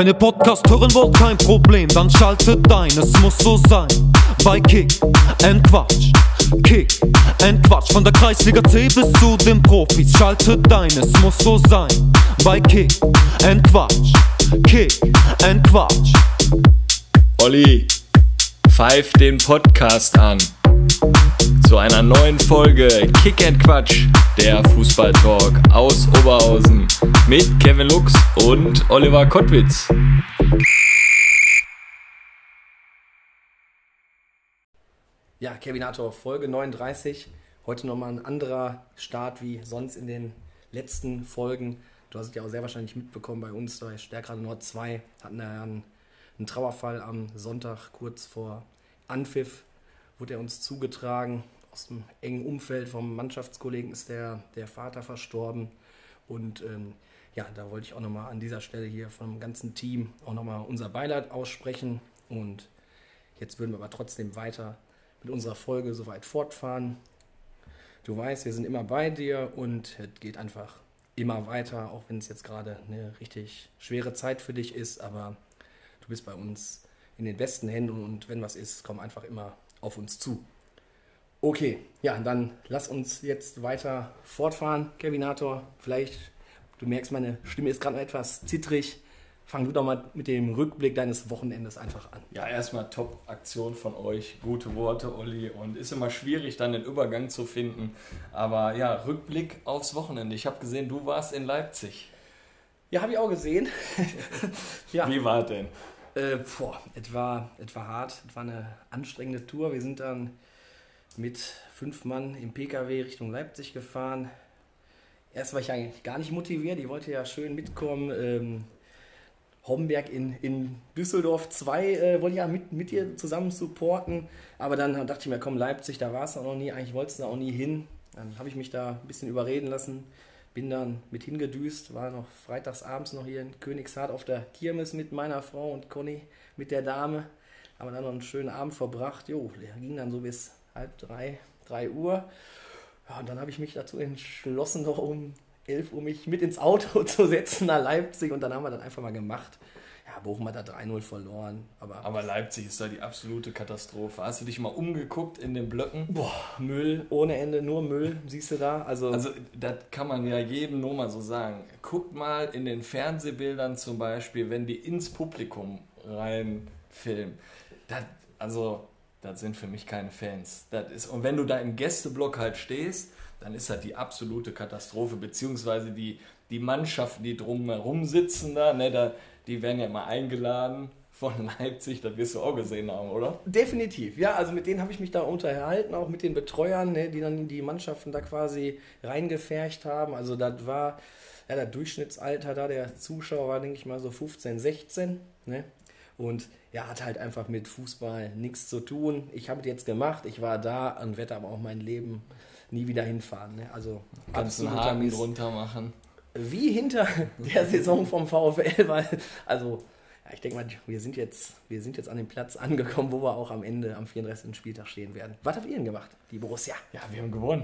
Wenn ihr Podcast hören wollt, kein Problem, dann schaltet ein, es muss so sein. Bei Kick and Quatsch, Kick and Quatsch. Von der Kreisliga C bis zu den Profis, schaltet ein, es muss so sein. Bei Kick and Quatsch, Kick and Quatsch. Olli, pfeif den Podcast an zu einer neuen Folge Kick and Quatsch, der Fußballtalk aus Oberhausen mit Kevin Lux und Oliver Kottwitz. Ja, Kevinator, Folge 39. Heute nochmal ein anderer Start wie sonst in den letzten Folgen. Du hast es ja auch sehr wahrscheinlich mitbekommen bei uns, bei Stärkrade Nord 2 hatten wir ja einen Trauerfall am Sonntag kurz vor Anpfiff. Wurde er uns zugetragen. Aus dem engen Umfeld vom Mannschaftskollegen ist der Vater verstorben. Und ja, da wollte ich auch nochmal an dieser Stelle hier vom ganzen Team auch nochmal unser Beileid aussprechen. Und jetzt würden wir aber trotzdem weiter mit unserer Folge soweit fortfahren. Du weißt, wir sind immer bei dir und es geht einfach immer weiter, auch wenn es jetzt gerade eine richtig schwere Zeit für dich ist. Aber du bist bei uns in den besten Händen und wenn was ist, komm einfach immer auf uns zu. Okay, ja, dann lass uns jetzt weiter fortfahren. Kevinator, vielleicht, du merkst, meine Stimme ist gerade noch etwas zittrig. Fang du doch mal mit dem Rückblick deines Wochenendes einfach an. Ja, erstmal Top-Aktion von euch, gute Worte, Olli. Und ist immer schwierig, dann den Übergang zu finden. Aber ja, Rückblick aufs Wochenende. Ich habe gesehen, du warst in Leipzig. Ja, habe ich auch gesehen. Ja. Wie war es denn? Es war hart, es war eine anstrengende Tour. Wir sind dann mit 5 Mann im PKW Richtung Leipzig gefahren. Erst war ich eigentlich gar nicht motiviert, ich wollte ja schön mitkommen. Homberg in Düsseldorf 2 wollte ich ja mit dir zusammen supporten. Aber dann dachte ich mir, komm, Leipzig, da war es noch nie, eigentlich wolltest du da auch nie hin. Dann habe ich mich da ein bisschen überreden lassen. Bin dann mit hingedüst, war noch freitagsabends noch hier in Königshardt auf der Kirmes mit meiner Frau und Conny, mit der Dame. Haben dann noch einen schönen Abend verbracht. Jo, der ging dann so bis 3 Uhr. Ja, und dann habe ich mich dazu entschlossen, noch um 11 Uhr mich mit ins Auto zu setzen nach Leipzig. Und dann haben wir das einfach mal gemacht. Ja, Bochum hat da 3-0 verloren. Aber Leipzig ist da die absolute Katastrophe. Hast du dich mal umgeguckt in den Blöcken? Boah, Müll ohne Ende, nur Müll, siehst du da? Also das kann man ja jedem nur mal so sagen. Guckt mal in den Fernsehbildern zum Beispiel, wenn die ins Publikum reinfilmen. Das sind für mich keine Fans. Und wenn du da im Gästeblock halt stehst, dann ist das die absolute Katastrophe, beziehungsweise die Mannschaften, die drumherum sitzen da, ne, die werden ja immer eingeladen von Leipzig, das wirst du auch gesehen haben, oder? Definitiv, ja, also mit denen habe ich mich da unterhalten, auch mit den Betreuern, ne, die dann die Mannschaften da quasi reingefercht haben. Also das war, ja, das Durchschnittsalter da der Zuschauer war, denke ich mal, so 15, 16, ne? Und ja, hat halt einfach mit Fußball nichts zu tun. Ich habe es jetzt gemacht, ich war da und werde aber auch mein Leben nie wieder hinfahren. Ne? Also absolut einen Haken drunter machen. Wie hinter der Saison vom VfL, weil, also, ja, ich denke mal, wir sind jetzt an dem Platz angekommen, wo wir auch am Ende, am 34. Spieltag stehen werden. Was habt ihr denn gemacht, die Borussia? Ja, wir haben gewonnen.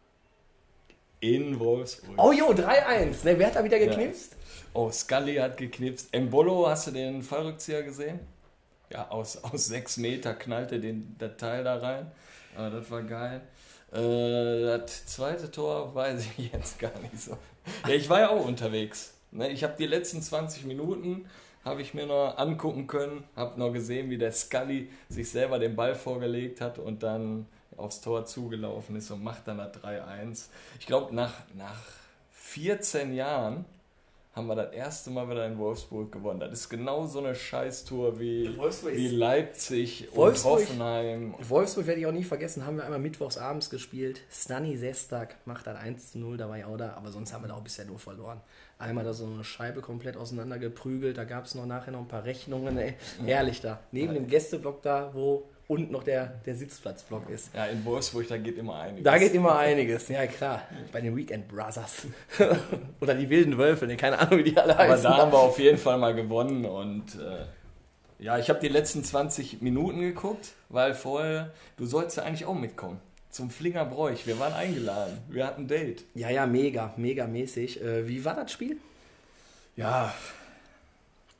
In Wolfsburg. Oh jo, 3-1. Ne, wer hat da wieder geknipst? Ja. Oh, Scully hat geknipst. Embolo, hast du den Fallrückzieher gesehen? Ja, aus 6 Meter knallte das Teil da rein. Das war geil. Das zweite Tor weiß ich jetzt gar nicht so. Ja, ich war ja auch unterwegs. Ne? Ich habe die letzten 20 Minuten habe ich mir noch angucken können, habe noch gesehen, wie der Scully sich selber den Ball vorgelegt hat und dann aufs Tor zugelaufen ist und macht dann das 3-1. Ich glaube, nach 14 Jahren haben wir das erste Mal wieder in Wolfsburg gewonnen. Das ist genau so eine Scheißtour wie Leipzig und Hoffenheim. Wolfsburg werde ich auch nie vergessen, haben wir einmal mittwochs abends gespielt. Stani Sestak macht das 1-0, da war ich auch da, aber sonst haben wir da auch bisher nur verloren. Einmal da so eine Scheibe komplett auseinander geprügelt, da gab es nachher noch ein paar Rechnungen, ey. Herrlich da. Neben dem Gästeblock da, wo unten noch der Sitzplatzblock ist. Ja, in Wolfsburg, da geht immer einiges. Da geht immer einiges, ja klar. Bei den Weekend Brothers. Oder die wilden Wölfe, ne? Keine Ahnung, wie die alle heißen. Aber da haben wir auf jeden Fall mal gewonnen und ja, ich habe die letzten 20 Minuten geguckt, weil vorher, du sollst ja eigentlich auch mitkommen. Zum Flingerbräuch, wir waren eingeladen, wir hatten ein Date. Ja, mega mäßig. Wie war das Spiel? Ja,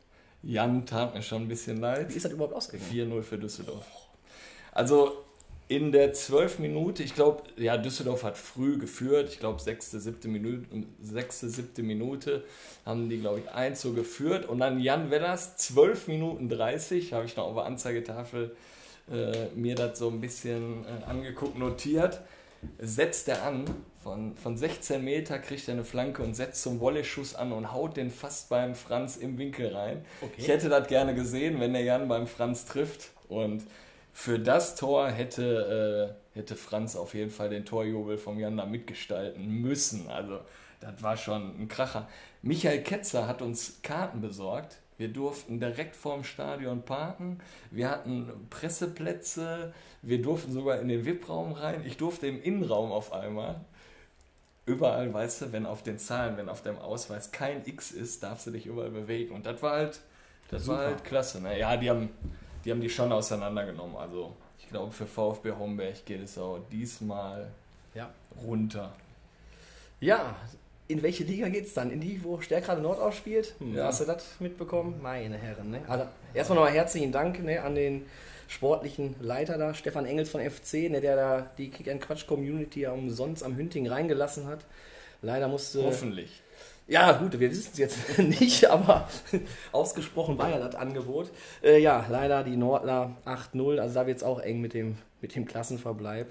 Jan tat mir schon ein bisschen leid. Wie ist das überhaupt ausgegangen? 4-0 für Düsseldorf. Also in der 12. Minute, ich glaube, ja, Düsseldorf hat früh geführt. Ich glaube, 6., 7. Minute haben die, glaube ich, 1 so geführt. Und dann Jan Wellers, 12 Minuten 30, habe ich noch auf der Anzeigetafel mir das so ein bisschen angeguckt, notiert. Setzt er an, von 16 Meter kriegt er eine Flanke und setzt zum Volley-Schuss an und haut den fast beim Franz im Winkel rein. Okay. Ich hätte das gerne gesehen, wenn der Jan beim Franz trifft. Und für das Tor hätte Franz auf jeden Fall den Torjubel vom Jan da mitgestalten müssen. Also das war schon ein Kracher. Michael Ketzer hat uns Karten besorgt. Wir durften direkt vorm Stadion parken. Wir hatten Presseplätze. Wir durften sogar in den VIP-Raum rein. Ich durfte im Innenraum auf einmal. Überall, weißt du, wenn auf den Zahlen, wenn auf dem Ausweis kein X ist, darfst du dich überall bewegen. Und das war halt klasse. Ne? Ja, die haben die schon auseinandergenommen. Also ich glaube, für VfB Homberg geht es auch diesmal runter. Ja, in welche Liga geht es dann? In die, wo Stärkrade Nord ausspielt? Ja. Hast du das mitbekommen? Meine Herren. Ne? Also erstmal nochmal herzlichen Dank, ne, an den sportlichen Leiter da, Stefan Engels von FC, ne, der da die Kick-and-Quatsch-Community ja umsonst am Hünting reingelassen hat. Leider musste... Hoffentlich. Ja, gut, wir wissen es jetzt nicht, aber ausgesprochen war ja das Angebot. Ja, leider die Nordler 8-0, also da wird es auch eng mit dem Klassenverbleib.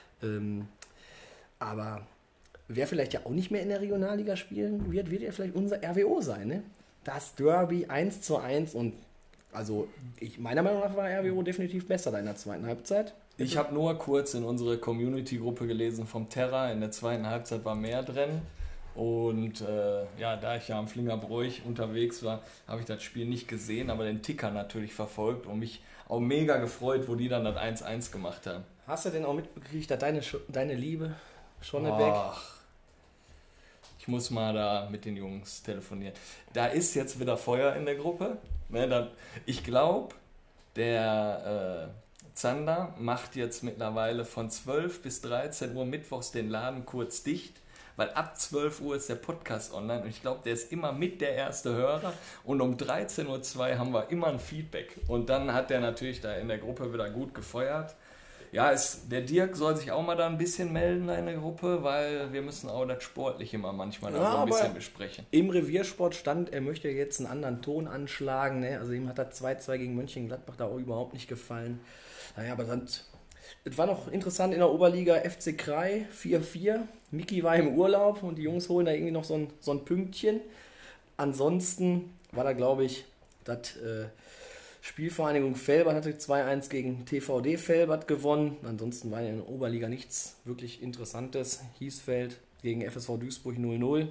Aber wer vielleicht ja auch nicht mehr in der Regionalliga spielen wird ja vielleicht unser RWO sein, ne? Das Derby 1:1 und also meiner Meinung nach war RWO definitiv besser da in der zweiten Halbzeit. Ich habe nur kurz in unsere Community-Gruppe gelesen vom Terra, in der zweiten Halbzeit war mehr drin. Und da ich ja am Flingerbräuch unterwegs war, habe ich das Spiel nicht gesehen, aber den Ticker natürlich verfolgt und mich auch mega gefreut, wo die dann das 1:1 gemacht haben. Hast du denn auch mitbekriegt, dass deine Liebe Schonnebeck... Ich muss mal da mit den Jungs telefonieren. Da ist jetzt wieder Feuer in der Gruppe. Ich glaube, der Zander macht jetzt mittlerweile von 12 bis 13 Uhr mittwochs den Laden kurz dicht, weil ab 12 Uhr ist der Podcast online und ich glaube, der ist immer mit der erste Hörer und um 13:02 Uhr haben wir immer ein Feedback. Und dann hat der natürlich da in der Gruppe wieder gut gefeuert. Ja, der Dirk soll sich auch mal da ein bisschen melden in der Gruppe, weil wir müssen auch das Sportliche mal manchmal da so ein bisschen besprechen. Im Reviersport stand, er möchte jetzt einen anderen Ton anschlagen. Ne? Also ihm hat das 2:2 gegen Mönchengladbach da auch überhaupt nicht gefallen. Naja, aber es war noch interessant in der Oberliga, FC Krai 4-4. Miki war im Urlaub und die Jungs holen da irgendwie noch so ein Pünktchen. Ansonsten war da, glaube ich, das... Spielvereinigung Velbert hatte 2:1 gegen TVD Velbert gewonnen. Ansonsten war in der Oberliga nichts wirklich Interessantes. Hiesfeld gegen FSV Duisburg 0-0.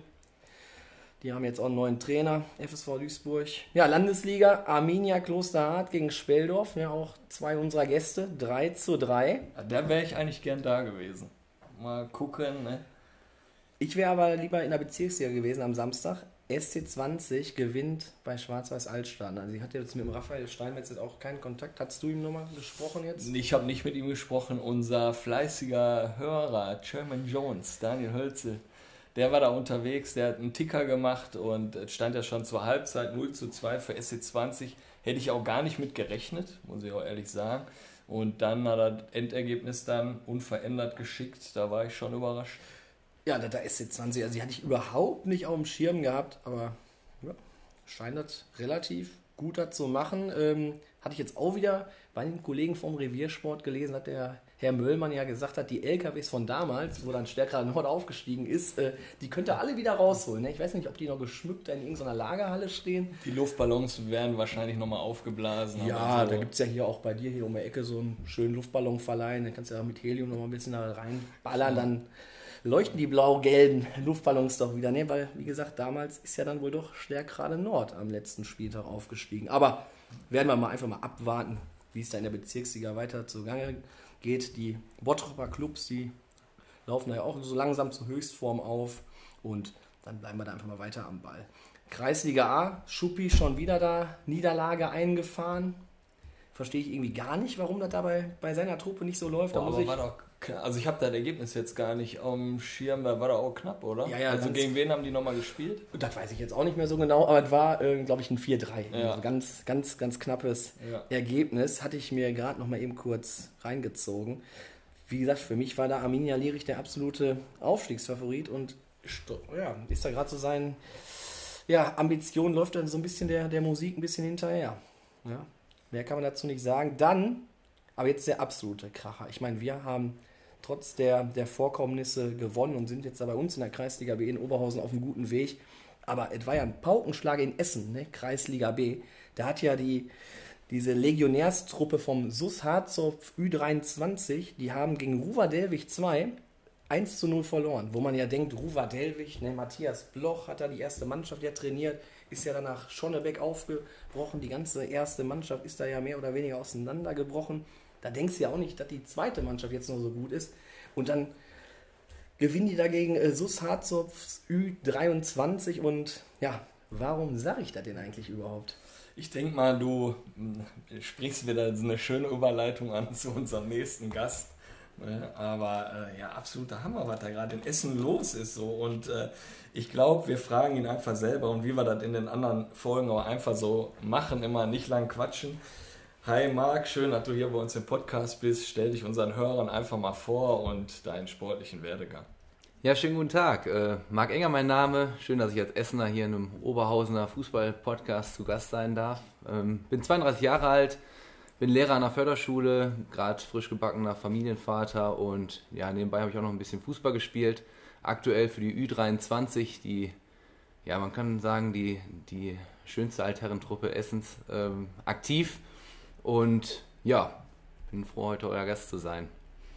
Die haben jetzt auch einen neuen Trainer, FSV Duisburg. Ja, Landesliga, Arminia Klosterhardt gegen Speldorf. Ja, auch zwei unserer Gäste, 3:3. Ja, da wäre ich eigentlich gern da gewesen. Mal gucken, ne? Ich wäre aber lieber in der Bezirksliga gewesen am Samstag. SC20 gewinnt bei Schwarz-Weiß Altstaden. Also ich hatte jetzt mit dem Raphael Steinmetz jetzt auch keinen Kontakt. Hattest du ihm nochmal gesprochen jetzt? Ich habe nicht mit ihm gesprochen. Unser fleißiger Hörer, Sherman Jones, Daniel Hölzel, der war da unterwegs, der hat einen Ticker gemacht und es stand ja schon zur Halbzeit 0:2 für SC20. Hätte ich auch gar nicht mit gerechnet, muss ich auch ehrlich sagen. Und dann hat er das Endergebnis dann unverändert geschickt. Da war ich schon überrascht. Ja, da SC20, also die hatte ich überhaupt nicht auf dem Schirm gehabt, aber ja, scheint das relativ gut zu machen. Hatte ich jetzt auch wieder bei den Kollegen vom Reviersport gelesen, hat der Herr Möllmann ja gesagt hat, die LKWs von damals, wo dann Stärkrade Nord aufgestiegen ist, die könnt ihr alle wieder rausholen. Ne? Ich weiß nicht, ob die noch geschmückt in irgendeiner Lagerhalle stehen. Die Luftballons werden wahrscheinlich nochmal aufgeblasen. Ja, so. Da gibt es ja hier auch bei dir hier um die Ecke so einen schönen Luftballonverleih. Da kannst du ja mit Helium noch mal ein bisschen da reinballern, dann leuchten die blau-gelben Luftballons doch wieder. Ne? Weil, wie gesagt, damals ist ja dann wohl doch Stärkrade Nord am letzten Spieltag aufgestiegen. Aber werden wir einfach mal abwarten, wie es da in der Bezirksliga weiter zugange geht. Die Bottroper Clubs, die laufen da ja auch so langsam zur Höchstform auf und dann bleiben wir da einfach mal weiter am Ball. Kreisliga A, Schuppi schon wieder da, Niederlage eingefahren. Verstehe ich irgendwie gar nicht, warum das dabei bei seiner Truppe nicht so läuft. Boah, aber war doch also ich habe das Ergebnis jetzt gar nicht auf dem Schirm, da war da auch knapp, oder? Ja, also gegen wen haben die nochmal gespielt? Das weiß ich jetzt auch nicht mehr so genau, aber es war, glaube ich, ein 4-3. Ja. Also ganz, ganz, ganz knappes Ergebnis. Hatte ich mir gerade noch mal eben kurz reingezogen. Wie gesagt, für mich war da Arminia Lierich der absolute Aufstiegsfavorit und ist da gerade so sein Ambition, läuft dann so ein bisschen der Musik ein bisschen hinterher. Ja, mehr kann man dazu nicht sagen. Dann, aber jetzt der absolute Kracher. Ich meine, wir haben trotz der Vorkommnisse gewonnen und sind jetzt da bei uns in der Kreisliga B in Oberhausen auf einem guten Weg. Aber es war ja ein Paukenschlag in Essen, ne? Kreisliga B. Da hat ja diese Legionärstruppe vom SuS Harzopf Ü23, die haben gegen Ruwer Delwig 2 1:0 verloren. Wo man ja denkt, Ruwer Delwig, ne? Matthias Bloch hat da die erste Mannschaft ja trainiert, ist ja dann nach Schonnebeck aufgebrochen. Die ganze erste Mannschaft ist da ja mehr oder weniger auseinandergebrochen. Da denkst du ja auch nicht, dass die zweite Mannschaft jetzt noch so gut ist. Und dann gewinnen die dagegen SuS Harzopf Ü23 und ja, warum sage ich das denn eigentlich überhaupt? Ich denke mal, du sprichst wieder so eine schöne Überleitung an zu unserem nächsten Gast. Aber absoluter Hammer, was da gerade in Essen los ist. So. Und ich glaube, wir fragen ihn einfach selber und wie wir das in den anderen Folgen auch einfach so machen, immer nicht lang quatschen. Hi Marc, schön, dass du hier bei uns im Podcast bist. Stell dich unseren Hörern einfach mal vor und deinen sportlichen Werdegang. Ja, schönen guten Tag. Marc Enger mein Name. Schön, dass ich als Essener hier in einem Oberhausener Fußball-Podcast zu Gast sein darf. Bin 32 Jahre alt, bin Lehrer an der Förderschule, gerade frisch gebackener Familienvater und ja, nebenbei habe ich auch noch ein bisschen Fußball gespielt. Aktuell für die Ü23, man kann sagen, die schönste Altherrentruppe Essens, aktiv. Und ja, bin froh, heute euer Gast zu sein.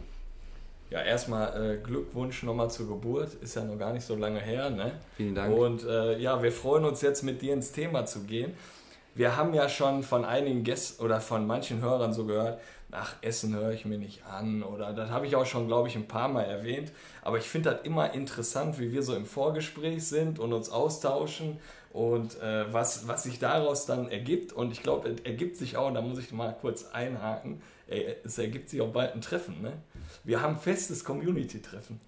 Ja, erstmal Glückwunsch nochmal zur Geburt, ist ja noch gar nicht so lange her, ne? Vielen Dank. Und wir freuen uns jetzt mit dir ins Thema zu gehen. Wir haben ja schon von einigen Gästen oder von manchen Hörern so gehört, nach Essen höre ich mir nicht an oder das habe ich auch schon, glaube ich, ein paar Mal erwähnt. Aber ich finde das immer interessant, wie wir so im Vorgespräch sind und uns austauschen und was sich daraus dann ergibt. Und ich glaube, es ergibt sich auch, da muss ich mal kurz einhaken, es ergibt sich auch bald ein Treffen, ne? Wir haben festes Community-Treffen.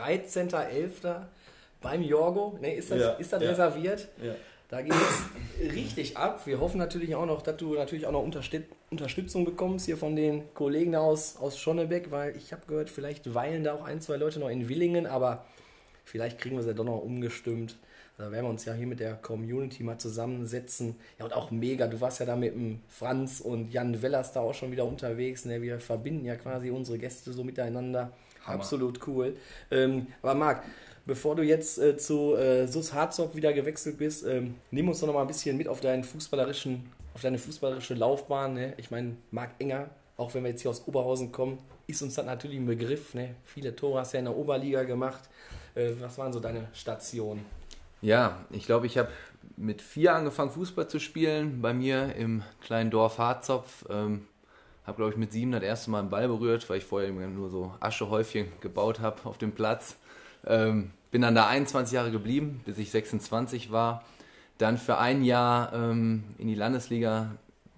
13.11. beim Jorgo, ne, ist das reserviert? Ja. Da geht es richtig ab. Wir hoffen natürlich auch noch, dass du natürlich auch noch Unterstützung bekommst hier von den Kollegen aus Schonnebeck, weil ich habe gehört, vielleicht weilen da auch 1, 2 Leute noch in Willingen, aber vielleicht kriegen wir sie doch noch umgestimmt. Da werden wir uns ja hier mit der Community mal zusammensetzen. Ja, und auch mega, du warst ja da mit dem Franz und Jan Wellers da auch schon wieder unterwegs. Ne? Wir verbinden ja quasi unsere Gäste so miteinander. Hammer. Absolut cool. Aber Marc, bevor du jetzt zu SuS Harzopf wieder gewechselt bist, nimm uns doch noch mal ein bisschen mit auf deine fußballerische Laufbahn. Ne? Ich meine, Marc Enger, auch wenn wir jetzt hier aus Oberhausen kommen, ist uns das natürlich ein Begriff. Ne? Viele Tore hast du ja in der Oberliga gemacht. Was waren so deine Stationen? Ja, ich glaube, ich habe mit 4 angefangen Fußball zu spielen, bei mir im kleinen Dorf Harzopf. Habe, glaube ich, mit 7 das erste Mal einen Ball berührt, weil ich vorher nur so Aschehäufchen gebaut habe auf dem Platz. Bin dann da 21 Jahre geblieben, bis ich 26 war. Dann für ein Jahr in die Landesliga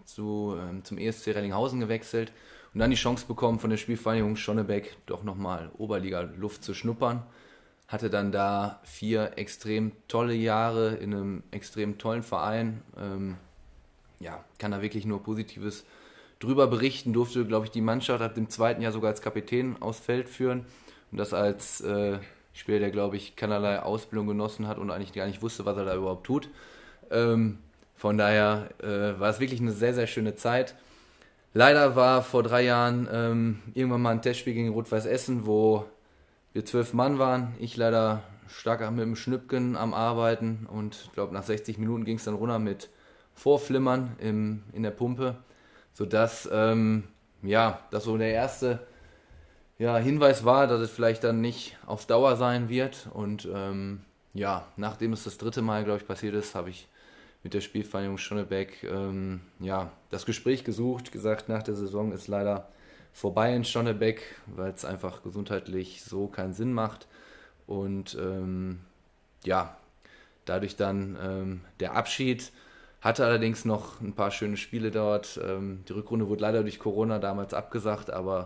zum ESC Rellinghausen gewechselt und dann die Chance bekommen, von der Spielvereinigung Schonnebeck doch nochmal Oberliga-Luft zu schnuppern. Hatte dann da 4 extrem tolle Jahre in einem extrem tollen Verein. Kann da wirklich nur Positives drüber berichten. Durfte, glaube ich, die Mannschaft ab dem 2. Jahr sogar als Kapitän aufs Feld führen. Und das als Spieler, der, glaube ich, keinerlei Ausbildung genossen hat und eigentlich gar nicht wusste, was er da überhaupt tut. Von daher war es wirklich eine sehr, sehr schöne Zeit. Leider war vor 3 Jahren irgendwann mal ein Testspiel gegen Rot-Weiß Essen, wo wir 12 Mann waren, ich leider stark mit dem Schnüppchen am Arbeiten und ich glaube nach 60 Minuten ging es dann runter mit Vorflimmern in der Pumpe, sodass das so der erste Hinweis war, dass es vielleicht dann nicht auf Dauer sein wird und nachdem es das 3. Mal, glaube ich, passiert ist, habe ich mit der Spielvereinigung Schonnebeck das Gespräch gesucht, gesagt, nach der Saison ist leider vorbei in Schonnebeck, weil es einfach gesundheitlich so keinen Sinn macht. Und dadurch dann der Abschied. Hatte allerdings noch ein paar schöne Spiele dort. Die Rückrunde wurde leider durch Corona damals abgesagt, aber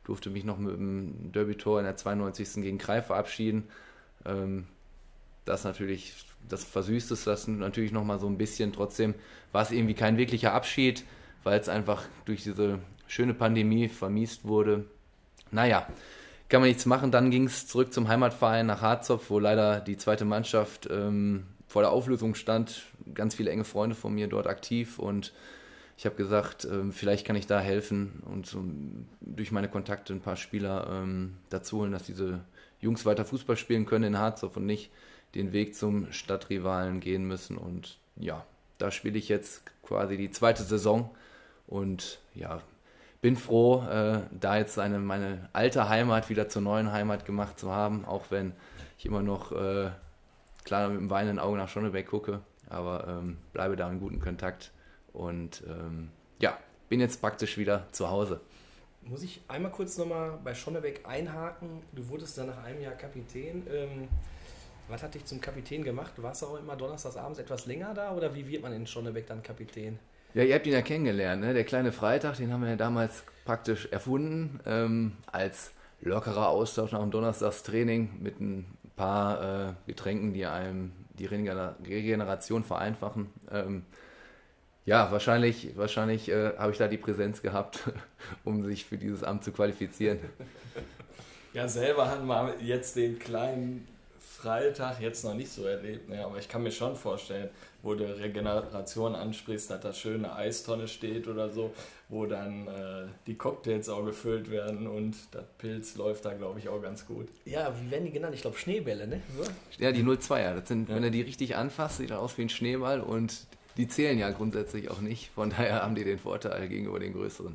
durfte mich noch mit dem Derby-Tor in der 92. gegen Creil verabschieden. Das versüßt es das natürlich nochmal so ein bisschen. Trotzdem war es irgendwie kein wirklicher Abschied, weil es einfach durch diese schöne Pandemie vermiest wurde. Naja, kann man nichts machen. Dann ging es zurück zum Heimatverein nach Harzopf, wo leider die zweite Mannschaft vor der Auflösung stand. Ganz viele enge Freunde von mir dort aktiv und ich habe gesagt, vielleicht kann ich da helfen und durch meine Kontakte ein paar Spieler dazu holen, dass diese Jungs weiter Fußball spielen können in Harzopf und nicht den Weg zum Stadtrivalen gehen müssen. Und ja, da spiele ich jetzt quasi die zweite Saison und ja, bin froh, da jetzt meine alte Heimat wieder zur neuen Heimat gemacht zu haben, auch wenn ich immer noch klar mit dem weinenden Auge nach Schonnebeck gucke, aber bleibe da in guten Kontakt und bin jetzt praktisch wieder zu Hause. Muss ich einmal kurz nochmal bei Schonnebeck einhaken? Du wurdest dann nach einem Jahr Kapitän. Was hat dich zum Kapitän gemacht? Warst du auch immer donnerstags abends etwas länger da oder wie wird man in Schonnebeck dann Kapitän? Ja, ihr habt ihn ja kennengelernt, ne? Der kleine Freitag, den haben wir ja damals praktisch erfunden, als lockerer Austausch nach dem Donnerstagstraining mit ein paar Getränken, die einem die Regeneration vereinfachen. Wahrscheinlich habe ich da die Präsenz gehabt, um sich für dieses Amt zu qualifizieren. Ja, selber haben wir jetzt den kleinen Freitag jetzt noch nicht so erlebt, ne? Aber ich kann mir schon vorstellen, wo du Regeneration ansprichst, dass da schöne Eistonne steht oder so, wo dann die Cocktails auch gefüllt werden und das Pilz läuft da, glaube ich, auch ganz gut. Ja, wie werden die genannt? Ich glaube Schneebälle, ne? So? Ja, die 02er, das sind, wenn du die richtig anfasst, sieht das aus wie ein Schneeball und die zählen ja grundsätzlich auch nicht, von daher haben die den Vorteil gegenüber den größeren.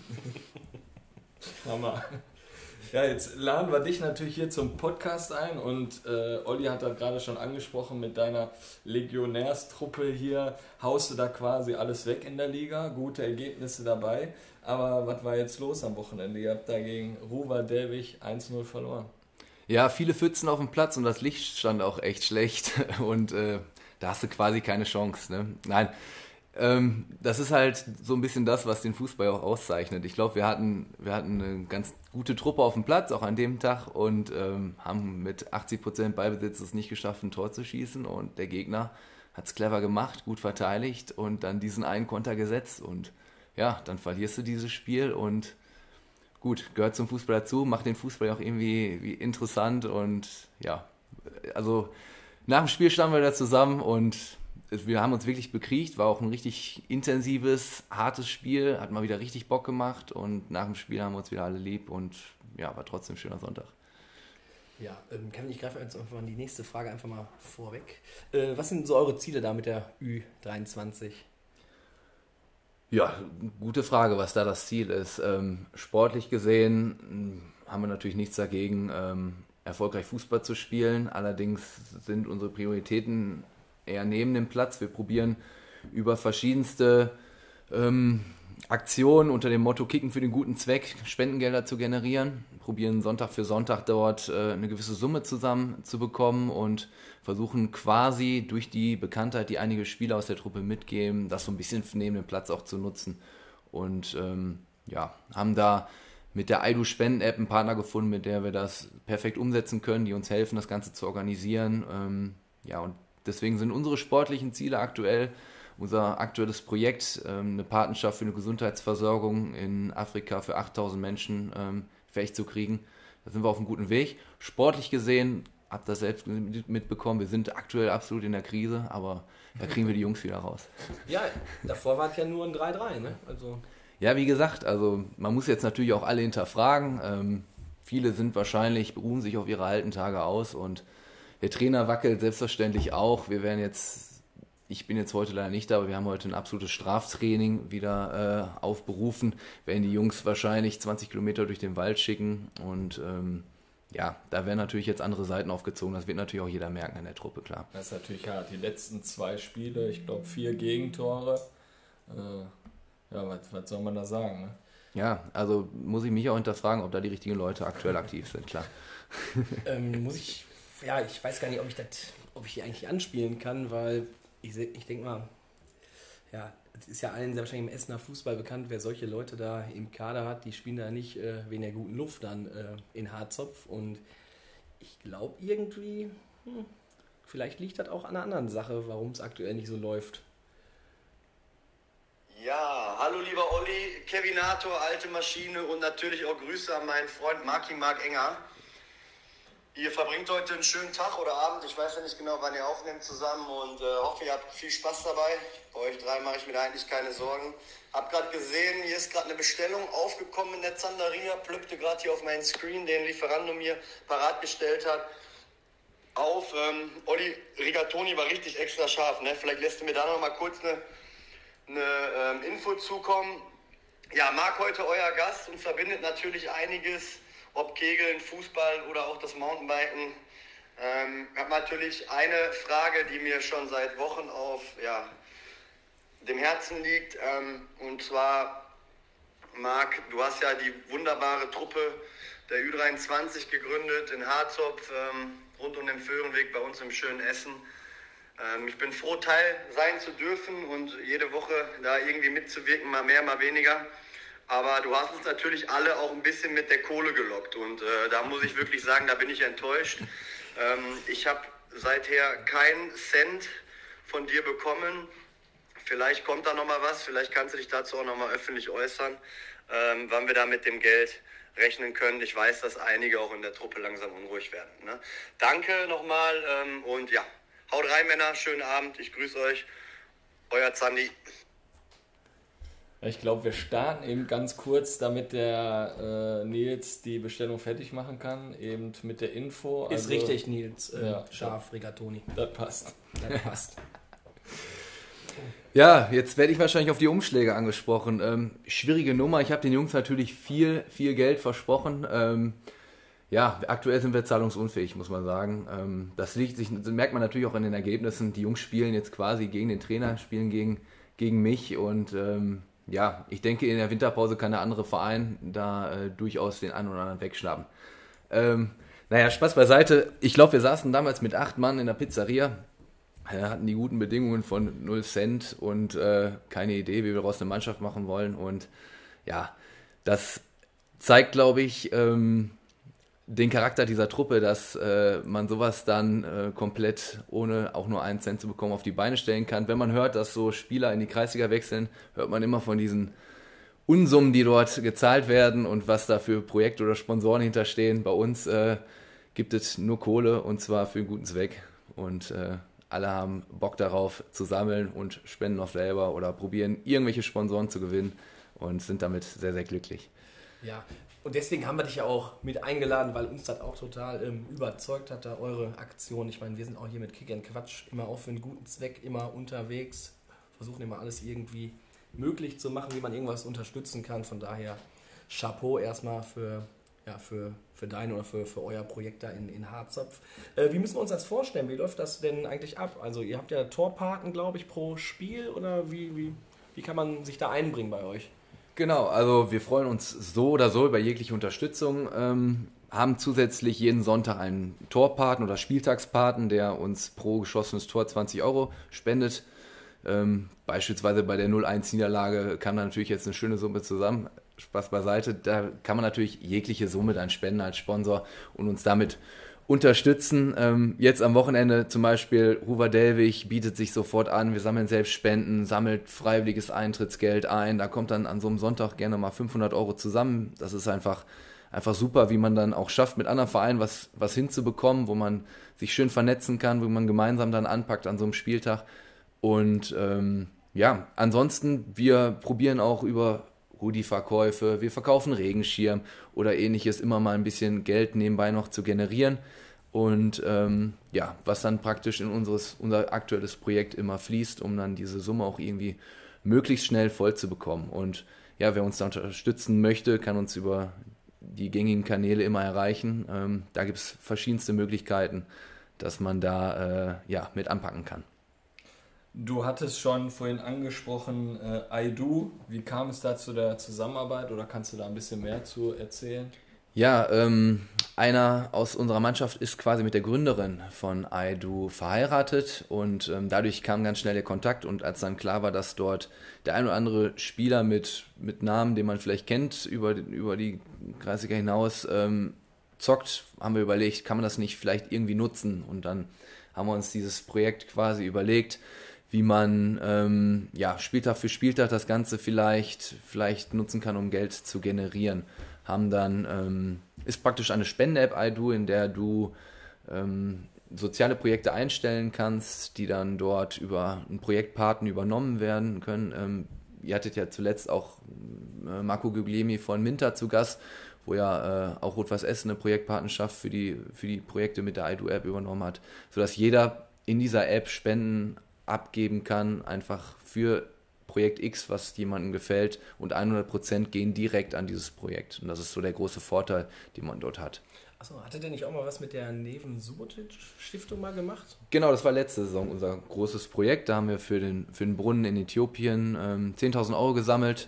Hammer. Ja, jetzt laden wir dich natürlich hier zum Podcast ein und Olli hat das gerade schon angesprochen mit deiner Legionärstruppe hier. Haust du da quasi alles weg in der Liga, gute Ergebnisse dabei. Aber was war jetzt los am Wochenende? Ihr habt da gegen Ruwer Delwig 1-0 verloren. Ja, viele Pfützen auf dem Platz und das Licht stand auch echt schlecht und da hast du quasi keine Chance. Ne? Nein, das ist halt so ein bisschen das, was den Fußball auch auszeichnet. Ich glaube, wir hatten eine ganz gute Truppe auf dem Platz, auch an dem Tag und haben mit 80% Ballbesitz es nicht geschafft, ein Tor zu schießen und der Gegner hat es clever gemacht, gut verteidigt und dann diesen einen Konter gesetzt und ja, dann verlierst du dieses Spiel und gut, gehört zum Fußball dazu, macht den Fußball auch irgendwie interessant und ja, also nach dem Spiel standen wir da zusammen und wir haben uns wirklich bekriegt, war auch ein richtig intensives, hartes Spiel, hat mal wieder richtig Bock gemacht und nach dem Spiel haben wir uns wieder alle lieb und ja, war trotzdem ein schöner Sonntag. Ja, Kevin, ich greife jetzt einfach die nächste Frage einfach mal vorweg. Was sind so eure Ziele da mit der Ü23? Ja, gute Frage, was da das Ziel ist. Sportlich gesehen haben wir natürlich nichts dagegen, erfolgreich Fußball zu spielen, allerdings sind unsere Prioritäten eher neben dem Platz. Wir probieren über verschiedenste Aktionen unter dem Motto Kicken für den guten Zweck Spendengelder zu generieren. Probieren Sonntag für Sonntag dort eine gewisse Summe zusammen zu bekommen und versuchen quasi durch die Bekanntheit, die einige Spieler aus der Truppe mitgeben, das so ein bisschen neben dem Platz auch zu nutzen. Und haben da mit der Aidu Spenden-App einen Partner gefunden, mit der wir das perfekt umsetzen können, die uns helfen, das Ganze zu organisieren. Und deswegen sind unsere sportlichen Ziele aktuell, unser aktuelles Projekt, eine Patenschaft für eine Gesundheitsversorgung in Afrika für 8000 Menschen fähig zu kriegen. Da sind wir auf einem guten Weg. Sportlich gesehen, habt das selbst mitbekommen, wir sind aktuell absolut in der Krise, aber da kriegen wir die Jungs wieder raus. Ja, davor war es ja nur ein 3-3, ne? Also ja, wie gesagt, also man muss jetzt natürlich auch alle hinterfragen. Viele beruhen sich auf ihre alten Tage aus und der Trainer wackelt selbstverständlich auch. Ich bin jetzt heute leider nicht da, aber wir haben heute ein absolutes Straftraining wieder aufberufen. Werden die Jungs wahrscheinlich 20 Kilometer durch den Wald schicken und da werden natürlich jetzt andere Seiten aufgezogen. Das wird natürlich auch jeder merken in der Truppe, klar. Das ist natürlich hart. Die letzten 2 Spiele, ich glaube 4 Gegentore. Was soll man da sagen? Ne? Ja, also muss ich mich auch hinterfragen, ob da die richtigen Leute aktuell aktiv sind, klar. Ich weiß gar nicht, ob ich die eigentlich anspielen kann, weil ich denke mal, ja, es ist ja allen sehr wahrscheinlich im Essener Fußball bekannt, wer solche Leute da im Kader hat, die spielen da nicht wegen der guten Luft dann in Harzopf. Und ich glaube irgendwie, vielleicht liegt das auch an einer anderen Sache, warum es aktuell nicht so läuft. Ja, hallo lieber Olli, Kevinator, alte Maschine und natürlich auch Grüße an meinen Freund Mark Enger. Ihr verbringt heute einen schönen Tag oder Abend, ich weiß ja nicht genau, wann ihr aufnehmt zusammen und hoffe, ihr habt viel Spaß dabei. Bei euch drei mache ich mir da eigentlich keine Sorgen. Hab gerade gesehen, hier ist gerade eine Bestellung aufgekommen in der Zanderia, plückte gerade hier auf meinen Screen, den Lieferando mir parat gestellt hat. Auf, Olli, Rigatoni war richtig extra scharf, ne? Vielleicht lässt du mir da noch mal kurz eine Info zukommen. Ja, Marc heute euer Gast und verbindet natürlich einiges, ob Kegeln, Fußball oder auch das Mountainbiken. Ich habe natürlich eine Frage, die mir schon seit Wochen auf dem Herzen liegt. Und zwar, Marc, du hast ja die wunderbare Truppe der Ü23 gegründet in Harzopf, rund um den Föhrenweg bei uns im schönen Essen. Ich bin froh, Teil sein zu dürfen und jede Woche da irgendwie mitzuwirken, mal mehr, mal weniger. Aber du hast uns natürlich alle auch ein bisschen mit der Kohle gelockt und da muss ich wirklich sagen, da bin ich enttäuscht. Ich habe seither keinen Cent von dir bekommen. Vielleicht kommt da nochmal was, vielleicht kannst du dich dazu auch nochmal öffentlich äußern, wann wir da mit dem Geld rechnen können. Ich weiß, dass einige auch in der Truppe langsam unruhig werden. Ne? Danke nochmal und ja, haut rein Männer, schönen Abend, ich grüße euch, euer Zandi. Ich glaube, wir starten eben ganz kurz, damit der Nils die Bestellung fertig machen kann, eben mit der Info. Ist richtig, Nils. Ja, Scharf, Rigatoni. Das passt. Das passt. Ja, jetzt werde ich wahrscheinlich auf die Umschläge angesprochen. Schwierige Nummer. Ich habe den Jungs natürlich viel Geld versprochen. Ja, aktuell sind wir zahlungsunfähig, muss man sagen. Das merkt man natürlich auch in den Ergebnissen. Die Jungs spielen jetzt quasi gegen den Trainer, spielen gegen mich und ja, ich denke, in der Winterpause kann der andere Verein da durchaus den einen oder anderen wegschnappen. Naja, Spaß beiseite. Ich glaube, wir saßen damals mit 8 Mann in der Pizzeria, hatten die guten Bedingungen von 0 Cent und keine Idee, wie wir daraus eine Mannschaft machen wollen. Und ja, das zeigt, glaube ich, den Charakter dieser Truppe, dass man sowas dann komplett ohne auch nur 1 Cent zu bekommen auf die Beine stellen kann. Wenn man hört, dass so Spieler in die Kreisliga wechseln, hört man immer von diesen Unsummen, die dort gezahlt werden und was da für Projekte oder Sponsoren hinterstehen. Bei uns gibt es nur Kohle und zwar für einen guten Zweck und alle haben Bock darauf zu sammeln und spenden noch selber oder probieren irgendwelche Sponsoren zu gewinnen und sind damit sehr, sehr glücklich. Ja, und deswegen haben wir dich ja auch mit eingeladen, weil uns das auch total überzeugt hat, da eure Aktion. Ich meine, wir sind auch hier mit Kick and Quatsch immer auch für einen guten Zweck, immer unterwegs, versuchen immer alles irgendwie möglich zu machen, wie man irgendwas unterstützen kann. Von daher Chapeau erstmal für dein oder für euer Projekt da in Harzopf. Wie müssen wir uns das vorstellen? Wie läuft das denn eigentlich ab? Also ihr habt ja Torpaten, glaube ich, pro Spiel oder wie kann man sich da einbringen bei euch? Genau, also wir freuen uns so oder so über jegliche Unterstützung, haben zusätzlich jeden Sonntag einen Torpaten oder Spieltagspaten, der uns pro geschossenes Tor 20 € spendet. Beispielsweise bei der 0-1-Niederlage kam da natürlich jetzt eine schöne Summe zusammen. Spaß beiseite, da kann man natürlich jegliche Summe dann spenden als Sponsor und uns damit unterstützen. Jetzt am Wochenende zum Beispiel Ruwer Delwig bietet sich sofort an, wir sammeln selbst Spenden, sammelt freiwilliges Eintrittsgeld ein, da kommt dann an so einem Sonntag gerne mal 500 € zusammen. Das ist einfach super, wie man dann auch schafft, mit anderen Vereinen was hinzubekommen, wo man sich schön vernetzen kann, wo man gemeinsam dann anpackt an so einem Spieltag. Und ja, ansonsten, wir probieren auch über Hoodie-Verkäufe, wir verkaufen Regenschirm oder ähnliches, immer mal ein bisschen Geld nebenbei noch zu generieren und ja, was dann praktisch in unser aktuelles Projekt immer fließt, um dann diese Summe auch irgendwie möglichst schnell voll zu bekommen. Und ja, wer uns da unterstützen möchte, kann uns über die gängigen Kanäle immer erreichen. Da gibt es verschiedenste Möglichkeiten, dass man da ja, mit anpacken kann. Du hattest schon vorhin angesprochen, I Do. Wie kam es da zu der Zusammenarbeit oder kannst du da ein bisschen mehr zu erzählen? Ja, einer aus unserer Mannschaft ist quasi mit der Gründerin von iDo verheiratet und dadurch kam ganz schnell der Kontakt, und als dann klar war, dass dort der ein oder andere Spieler mit Namen, den man vielleicht kennt, über die Kreisliga hinaus zockt, haben wir überlegt, kann man das nicht vielleicht irgendwie nutzen, und dann haben wir uns dieses Projekt quasi überlegt, wie man Spieltag für Spieltag das Ganze vielleicht nutzen kann, um Geld zu generieren. Haben dann, ist praktisch eine Spende-App iDo, in der du soziale Projekte einstellen kannst, die dann dort über einen Projektpartner übernommen werden können. Ihr hattet ja zuletzt auch Marco Guglielmi von Minter zu Gast, wo ja auch Rot-Weiß Essen eine Projektpartnerschaft für die Projekte mit der iDo-App übernommen hat, sodass jeder in dieser App Spenden abgeben kann, einfach für Projekt X, was jemandem gefällt, und 100% gehen direkt an dieses Projekt. Und das ist so der große Vorteil, den man dort hat. Achso, hattet ihr nicht auch mal was mit der Neven-Subotic-Stiftung mal gemacht? Genau, das war letzte Saison unser großes Projekt. Da haben wir für den Brunnen in Äthiopien 10.000 Euro gesammelt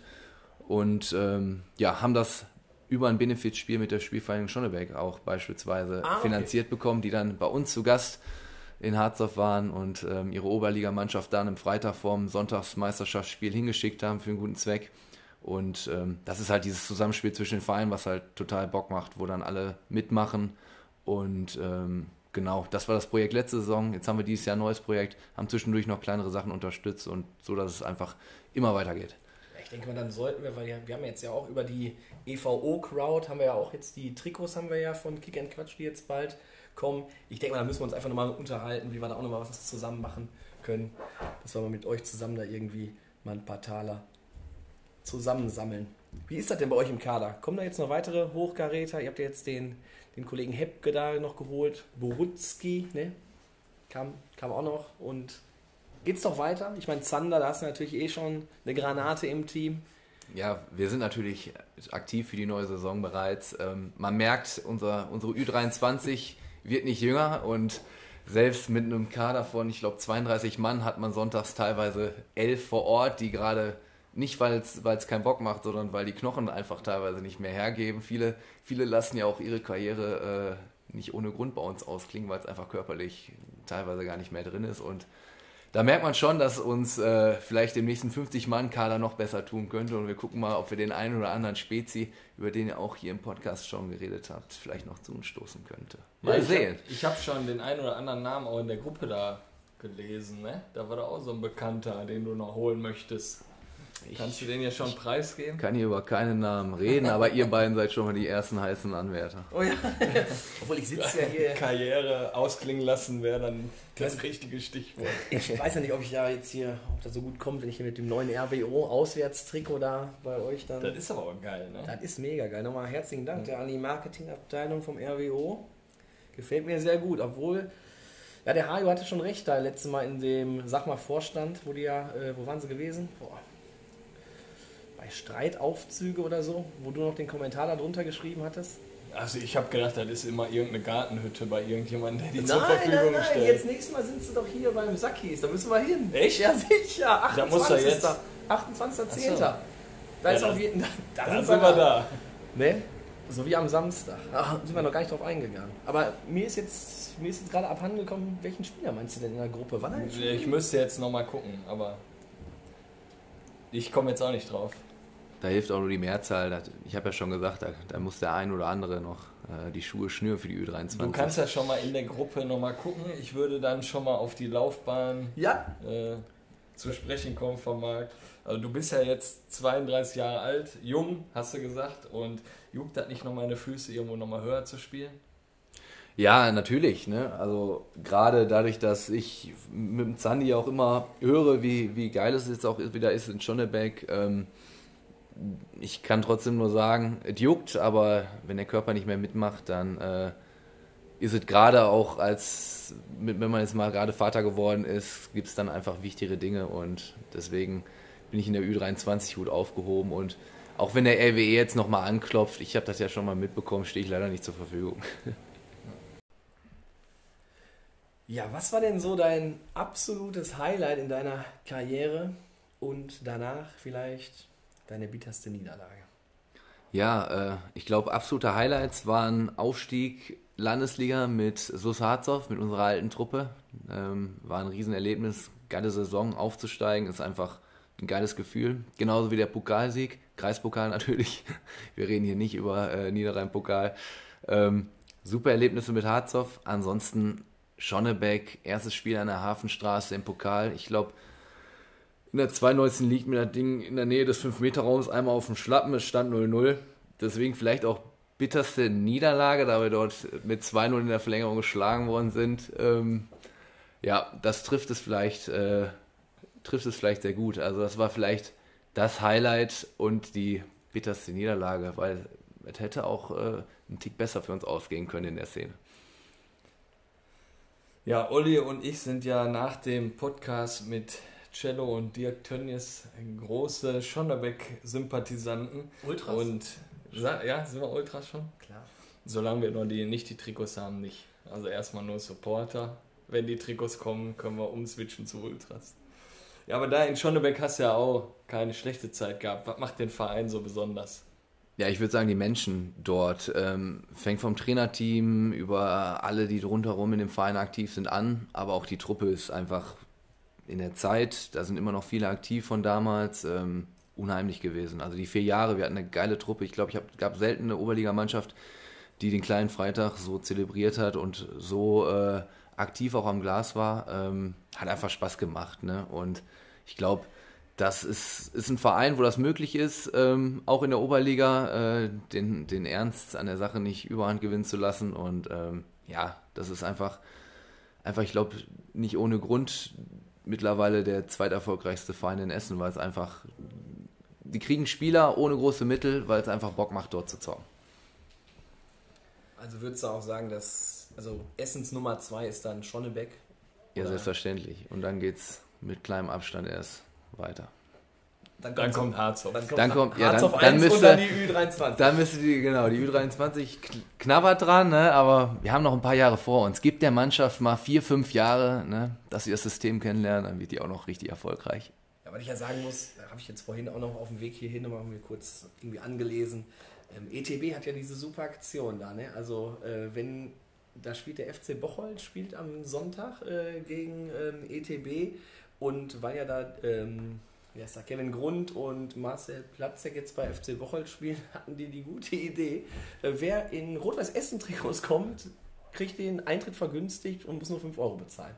und haben das über ein Benefizspiel mit der Spielvereinigung Schonnebeck auch beispielsweise finanziert bekommen, die dann bei uns zu Gast in Harzopf waren und ihre Oberligamannschaft dann im Freitag vorm Sonntagsmeisterschaftsspiel hingeschickt haben für einen guten Zweck. Und das ist halt dieses Zusammenspiel zwischen den Vereinen, was halt total Bock macht, wo dann alle mitmachen. Und genau, das war das Projekt letzte Saison. Jetzt haben wir dieses Jahr ein neues Projekt, haben zwischendurch noch kleinere Sachen unterstützt und so, dass es einfach immer weitergeht. Ich denke mal, dann sollten wir, weil wir haben jetzt ja auch über die EVO-Crowd, haben wir ja auch jetzt die Trikots haben wir ja von Kick & Quatsch, die jetzt bald kommen. Ich denke mal, da müssen wir uns einfach nochmal unterhalten, wie wir da auch nochmal was zusammen machen können, dass wir mal mit euch zusammen da irgendwie mal ein paar Taler zusammensammeln. Wie ist das denn bei euch im Kader? Kommen da jetzt noch weitere Hochkaräter? Ihr habt ja jetzt den Kollegen Hepke da noch geholt, Borutski, ne? Kam auch noch, und geht's doch weiter? Ich meine, Zander, da hast du natürlich schon eine Granate im Team. Ja, wir sind natürlich aktiv für die neue Saison bereits. Man merkt, unsere Ü23 wird nicht jünger, und selbst mit einem Kader von, ich glaube, 32 Mann hat man sonntags teilweise 11 vor Ort, die gerade nicht, weil es keinen Bock macht, sondern weil die Knochen einfach teilweise nicht mehr hergeben. Viele lassen ja auch ihre Karriere nicht ohne Grund bei uns ausklingen, weil es einfach körperlich teilweise gar nicht mehr drin ist, und da merkt man schon, dass uns vielleicht im nächsten 50-Mann-Kader noch besser tun könnte, und wir gucken mal, ob wir den einen oder anderen Spezi, über den ihr auch hier im Podcast schon geredet habt, vielleicht noch zu uns stoßen könnte. Mal sehen. Ich habe schon den einen oder anderen Namen auch in der Gruppe da gelesen, ne? Da war da auch so ein Bekannter, den du noch holen möchtest. Kannst du den ja schon preisgeben? Kann hier über keinen Namen reden, aber ihr beiden seid schon mal die ersten heißen Anwärter. Oh ja, obwohl ich sitze ja hier. Karriere ausklingen lassen wäre dann das richtige Stichwort. Ich weiß ja nicht, ob das so gut kommt, wenn ich hier mit dem neuen RWO Auswärtstrikot da bei euch dann. Das ist aber auch geil, ne? Das ist mega geil. Nochmal herzlichen Dank an die Marketingabteilung vom RWO. Gefällt mir sehr gut, obwohl. Ja, der Hajo hatte schon recht da letztes Mal in dem, Vorstand, wo waren sie gewesen? Bei Streitaufzüge oder so, wo du noch den Kommentar da drunter geschrieben hattest? Also ich habe gedacht, das ist immer irgendeine Gartenhütte bei irgendjemandem, der die zur Verfügung stellt. Jetzt nächstes Mal sind sie doch hier beim Sackis, da müssen wir hin. Echt? Ja, sicher, 28. 28.10. So. Da ist auf jeden Da sind wir da. Ne? So wie am Samstag. Sind wir noch gar nicht drauf eingegangen. Aber mir ist jetzt gerade abhanden gekommen, welchen Spieler meinst du denn in der Gruppe? Ich müsste jetzt nochmal gucken, aber ich komme jetzt auch nicht drauf. Da hilft auch nur die Mehrzahl. Ich habe ja schon gesagt, da muss der ein oder andere noch die Schuhe schnüren für die Ü23. Du kannst ja schon mal in der Gruppe nochmal gucken. Ich würde dann schon mal auf die Laufbahn zu sprechen kommen von Marc. Also du bist ja jetzt 32 Jahre alt, jung, hast du gesagt. Und juckt das nicht noch meine Füße, irgendwo nochmal höher zu spielen? Ja, natürlich. Ne? Also gerade dadurch, dass ich mit dem Zandi auch immer höre, wie geil es jetzt auch wieder ist in Schonnebeck. Ich kann trotzdem nur sagen, es juckt, aber wenn der Körper nicht mehr mitmacht, dann ist es gerade auch wenn man jetzt mal gerade Vater geworden ist, gibt es dann einfach wichtigere Dinge, und deswegen bin ich in der Ü23 gut aufgehoben, und auch wenn der RWE jetzt nochmal anklopft, ich habe das ja schon mal mitbekommen, stehe ich leider nicht zur Verfügung. Ja, was war denn so dein absolutes Highlight in deiner Karriere und danach vielleicht deine bitterste Niederlage? Ja, ich glaube, absolute Highlights waren Aufstieg Landesliga mit SuS Harzopf, mit unserer alten Truppe. War ein Riesenerlebnis, geile Saison, aufzusteigen, ist einfach ein geiles Gefühl. Genauso wie der Pokalsieg, Kreispokal natürlich. Wir reden hier nicht über Niederrhein-Pokal. Super Erlebnisse mit Harzopf. Ansonsten Schonnebeck, erstes Spiel an der Hafenstraße im Pokal. Ich glaube, in der 92. liegt mir das Ding in der Nähe des 5-Meter-Raums einmal auf dem Schlappen, es stand 0-0. Deswegen vielleicht auch bitterste Niederlage, da wir dort mit 2-0 in der Verlängerung geschlagen worden sind. Ja, das trifft es vielleicht sehr gut. Also das war vielleicht das Highlight und die bitterste Niederlage, weil es hätte auch einen Tick besser für uns ausgehen können in der Szene. Ja, Olli und ich sind ja nach dem Podcast mit Cello und Dirk Tönnies große Schonnebeck-Sympathisanten. Ultras. Und ja, sind wir Ultras schon? Klar. Solange wir noch nicht die Trikots haben, nicht. Also erstmal nur Supporter. Wenn die Trikots kommen, können wir umswitchen zu Ultras. Ja, aber da in Schonnebeck hast du ja auch keine schlechte Zeit gehabt. Was macht den Verein so besonders? Ja, ich würde sagen, die Menschen dort, fängt vom Trainerteam über alle, die rundherum in dem Verein aktiv sind, an, aber auch die Truppe ist einfach in der Zeit, da sind immer noch viele aktiv von damals, unheimlich gewesen. Also die 4 Jahre, wir hatten eine geile Truppe. Ich glaube, gab selten eine Oberligamannschaft, die den kleinen Freitag so zelebriert hat und so aktiv auch am Glas war. Hat einfach Spaß gemacht, ne? Und ich glaube, das ist ein Verein, wo das möglich ist, auch in der Oberliga den Ernst an der Sache nicht überhand gewinnen zu lassen. Und ja, das ist einfach, ich glaube, nicht ohne Grund mittlerweile der zweiterfolgreichste Verein in Essen, weil es einfach, die kriegen Spieler ohne große Mittel, weil es einfach Bock macht, dort zu zocken. Also würdest du auch sagen, dass Essens Nummer 2 ist dann Schonnebeck? Ja, selbstverständlich. Und dann geht's mit kleinem Abstand erst weiter. Dann kommt Harzopf. Dann müsste dann die Ü23. Dann müsste die Ü23 knabbert dran, ne? Aber wir haben noch ein paar Jahre vor uns. Gibt der Mannschaft mal 4-5 Jahre, ne? Dass sie das System kennenlernen, dann wird die auch noch richtig erfolgreich. Ja, was ich ja sagen muss, da habe ich jetzt vorhin auch noch auf dem Weg hierhin nochmal mir kurz irgendwie angelesen. ETB hat ja diese super Aktion da, ne? Also da spielt der FC Bocholt, spielt am Sonntag gegen ETB und weil ja da Kevin Grund und Marcel Platzek jetzt bei FC Bocholt spielen, hatten die gute Idee, wer in Rot-Weiß-Essen-Trikots kommt, kriegt den Eintritt vergünstigt und muss nur 5 € bezahlen.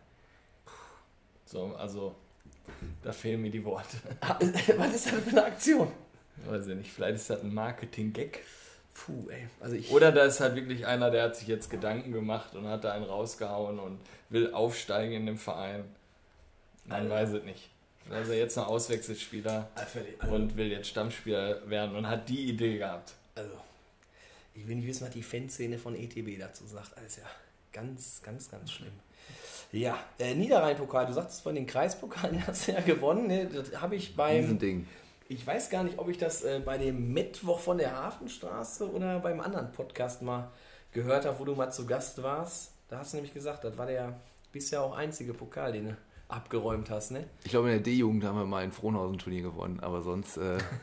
So, also da fehlen mir die Worte. Was ist das für eine Aktion? Weiß ich nicht, vielleicht ist das ein Marketing-Gag. Puh, ey. Oder da ist halt wirklich einer, der hat sich jetzt Gedanken gemacht und hat da einen rausgehauen und will aufsteigen in dem Verein. Man weiß es nicht. Also jetzt noch Auswechselspieler und will jetzt Stammspieler werden und hat die Idee gehabt. Also, ich will nicht wissen, was die Fanszene von ETB dazu sagt. Alles ja ganz, ganz, ganz schlimm. Ja, Niederrhein-Pokal, du sagtest von den Kreispokalen, den hast du ja gewonnen. Ne? Das habe ich Riesending. Ich weiß gar nicht, ob ich das bei dem Mittwoch von der Hafenstraße oder beim anderen Podcast mal gehört habe, wo du mal zu Gast warst. Da hast du nämlich gesagt, das war der bisher auch einzige Pokal, den du abgeräumt hast, ne? Ich glaube, in der D-Jugend haben wir mal ein Frohnhausen-Turnier gewonnen, aber sonst,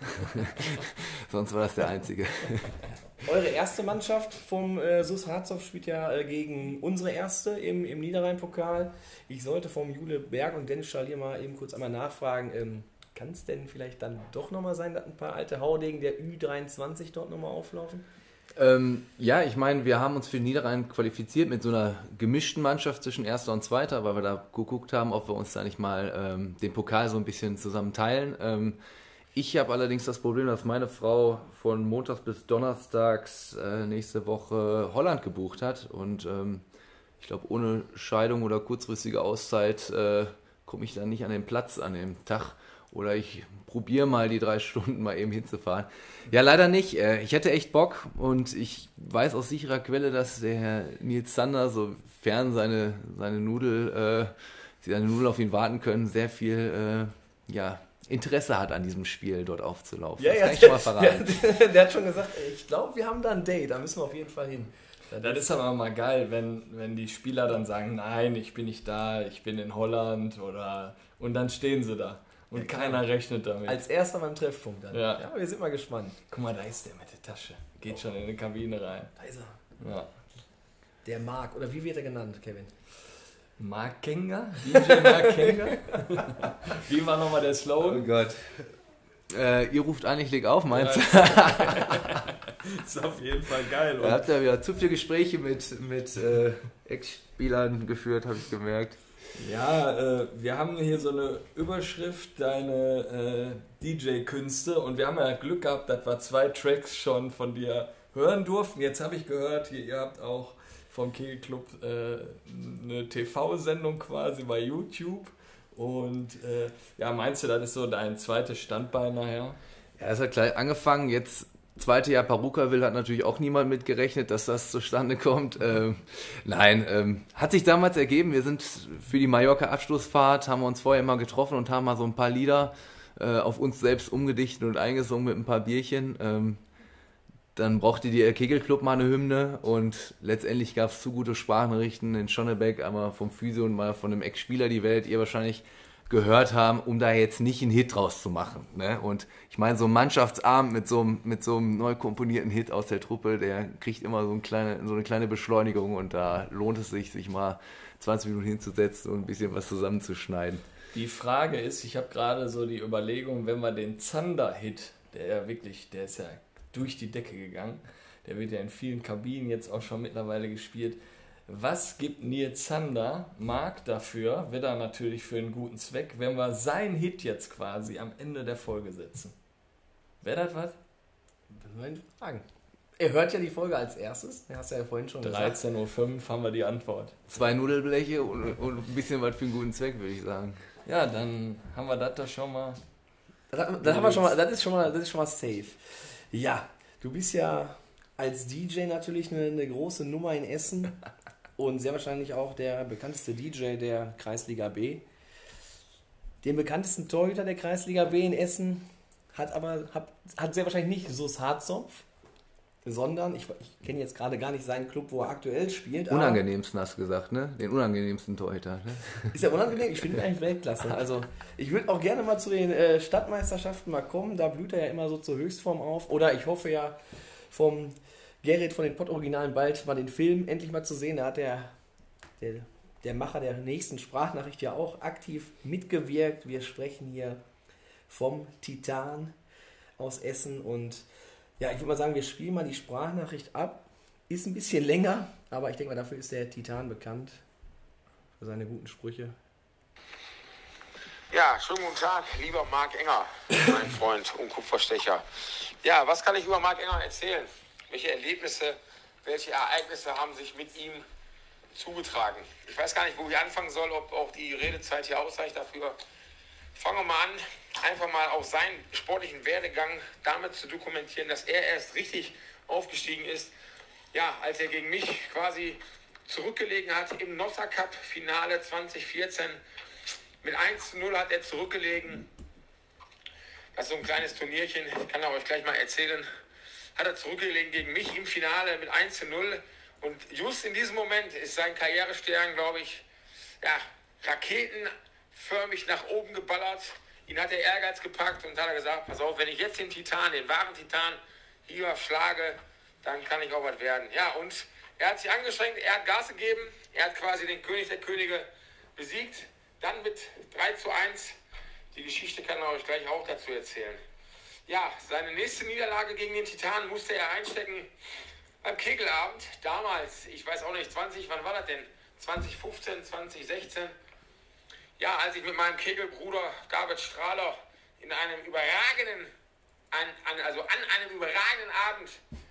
sonst war das der einzige. Eure erste Mannschaft vom SuS Harzopf spielt ja gegen unsere erste im Niederrhein-Pokal. Ich sollte vom Jule Berg und Dennis Schalier mal eben kurz einmal nachfragen, kann es denn vielleicht dann doch nochmal sein, dass ein paar alte Haudegen der Ü23 dort nochmal auflaufen? Ja, ich meine, wir haben uns für Niederrhein qualifiziert mit so einer gemischten Mannschaft zwischen Erster und Zweiter, weil wir da geguckt haben, ob wir uns da nicht mal den Pokal so ein bisschen zusammen teilen. Ich habe allerdings das Problem, dass meine Frau von Montags bis Donnerstags nächste Woche Holland gebucht hat und ich glaube, ohne Scheidung oder kurzfristige Auszeit komme ich dann nicht an den Platz an dem Tag. Oder ich probiere mal die 3 Stunden mal eben hinzufahren. Ja, leider nicht. Ich hätte echt Bock und ich weiß aus sicherer Quelle, dass der Herr Nils Zander, sofern seine Nudel auf ihn warten können, sehr viel Interesse hat an diesem Spiel dort aufzulaufen. Ja, das kann ich schon mal verraten. Der hat schon gesagt, ich glaube, wir haben da ein Date, da müssen wir auf jeden Fall hin. Das ist aber mal geil, wenn die Spieler dann sagen, nein, ich bin nicht da, ich bin in Holland und dann stehen sie da. Und keiner rechnet damit. Als erster beim Treffpunkt dann. Ja. Ja, wir sind mal gespannt. Guck mal, da ist der mit der Tasche. Geht schon in die Kabine rein. Da ist er. Ja. Der Marc, oder wie wird er genannt, Kevin? Marc Kenga? DJ Marc Kenga? Wie war nochmal der Oh Slogan? Gott. Ihr ruft an, ich leg auf, meinst du? Ist auf jeden Fall geil. Ihr habt ja wieder zu viele Gespräche mit Ex-Spielern geführt, habe ich gemerkt. Ja, wir haben hier so eine Überschrift, deine DJ-Künste, und wir haben ja Glück gehabt, dass wir 2 Tracks schon von dir hören durften. Jetzt habe ich gehört, ihr habt auch vom Kegelclub eine TV-Sendung quasi bei YouTube, und ja, meinst du, das ist so dein zweites Standbein nachher? Ja, es hat gleich angefangen, jetzt 2. Jahr Perukaville, hat natürlich auch niemand mitgerechnet, dass das zustande kommt. Nein, hat sich damals ergeben, wir sind für die Mallorca-Abschlussfahrt, haben wir uns vorher immer getroffen und haben mal so ein paar Lieder auf uns selbst umgedichtet und eingesungen mit ein paar Bierchen. Dann brauchte der Kegelclub mal eine Hymne, und letztendlich gab es zu gute Sprachnachrichten in Schonnebeck, einmal vom Physio und mal von einem Ex-Spieler, die werdet ihr wahrscheinlich gehört haben, um da jetzt nicht einen Hit draus zu machen. Ne? Und ich meine, so ein Mannschaftsabend mit so einem neu komponierten Hit aus der Truppe, der kriegt immer so eine kleine Beschleunigung, und da lohnt es sich mal 20 Minuten hinzusetzen und ein bisschen was zusammenzuschneiden. Die Frage ist, ich habe gerade so die Überlegung, wenn wir den Zander-Hit, der ist ja durch die Decke gegangen, der wird ja in vielen Kabinen jetzt auch schon mittlerweile gespielt. Was gibt Nils Zander, Marc, dafür, wird er natürlich für einen guten Zweck, wenn wir seinen Hit jetzt quasi am Ende der Folge setzen? Wäre das was? Was wollen wir fragen? Er hört ja die Folge als erstes, den hast du ja vorhin schon gesagt. 13.05 Uhr haben wir die Antwort. 2 Nudelbleche und ein bisschen was für einen guten Zweck, würde ich sagen. Ja, dann haben wir das da schon mal. Das ist schon mal safe. Ja, du bist ja als DJ natürlich eine große Nummer in Essen und sehr wahrscheinlich auch der bekannteste DJ der Kreisliga B. Den bekanntesten Torhüter der Kreisliga B in Essen hat sehr wahrscheinlich nicht Sus Harzopf, sondern ich kenne jetzt gerade gar nicht seinen Club, wo er aktuell spielt. Unangenehmsten hast du gesagt, ne? Den unangenehmsten Torhüter. Ne? Ist ja unangenehm, ich finde ihn eigentlich Weltklasse. Also ich würde auch gerne mal zu den Stadtmeisterschaften mal kommen, da blüht er ja immer so zur Höchstform auf. Oder ich hoffe ja vom Gerrit von den Pott-Originalen bald mal den Film endlich mal zu sehen. Da hat der Macher der nächsten Sprachnachricht ja auch aktiv mitgewirkt. Wir sprechen hier vom Titan aus Essen, und ja, ich würde mal sagen, wir spielen mal die Sprachnachricht ab. Ist ein bisschen länger, aber ich denke mal, dafür ist der Titan bekannt. Für seine guten Sprüche. Ja, schönen guten Tag, lieber Marc Enger, mein Freund und Kupferstecher. Ja, was kann ich über Marc Enger erzählen? Welche Erlebnisse, welche Ereignisse haben sich mit ihm zugetragen? Ich weiß gar nicht, wo ich anfangen soll, ob auch die Redezeit hier ausreicht dafür. Fangen wir mal an, einfach mal auf seinen sportlichen Werdegang damit zu dokumentieren, dass er erst richtig aufgestiegen ist, ja, als er gegen mich quasi zurückgelegen hat im Nossa Cup Finale 2014. Mit 1:0 hat er zurückgelegen. Das ist so ein kleines Turnierchen, ich kann euch gleich mal erzählen. Hat er zurückgelegen gegen mich im Finale mit 1:0. Und just in diesem Moment ist sein Karrierestern, glaube ich, ja, raketenförmig nach oben geballert. Ihn hat der Ehrgeiz gepackt und hat er gesagt, pass auf, wenn ich jetzt den Titan, den wahren Titan, hier schlage, dann kann ich auch was werden. Ja, und er hat sich angestrengt, er hat Gas gegeben, er hat quasi den König der Könige besiegt. Dann mit 3:1, die Geschichte kann er euch gleich auch dazu erzählen. Ja, seine nächste Niederlage gegen den Titan musste er einstecken beim Kegelabend. Damals, ich weiß auch nicht, wann war das denn? 2015, 2016. Ja, als ich mit meinem Kegelbruder David Strahler an einem überragenden Abend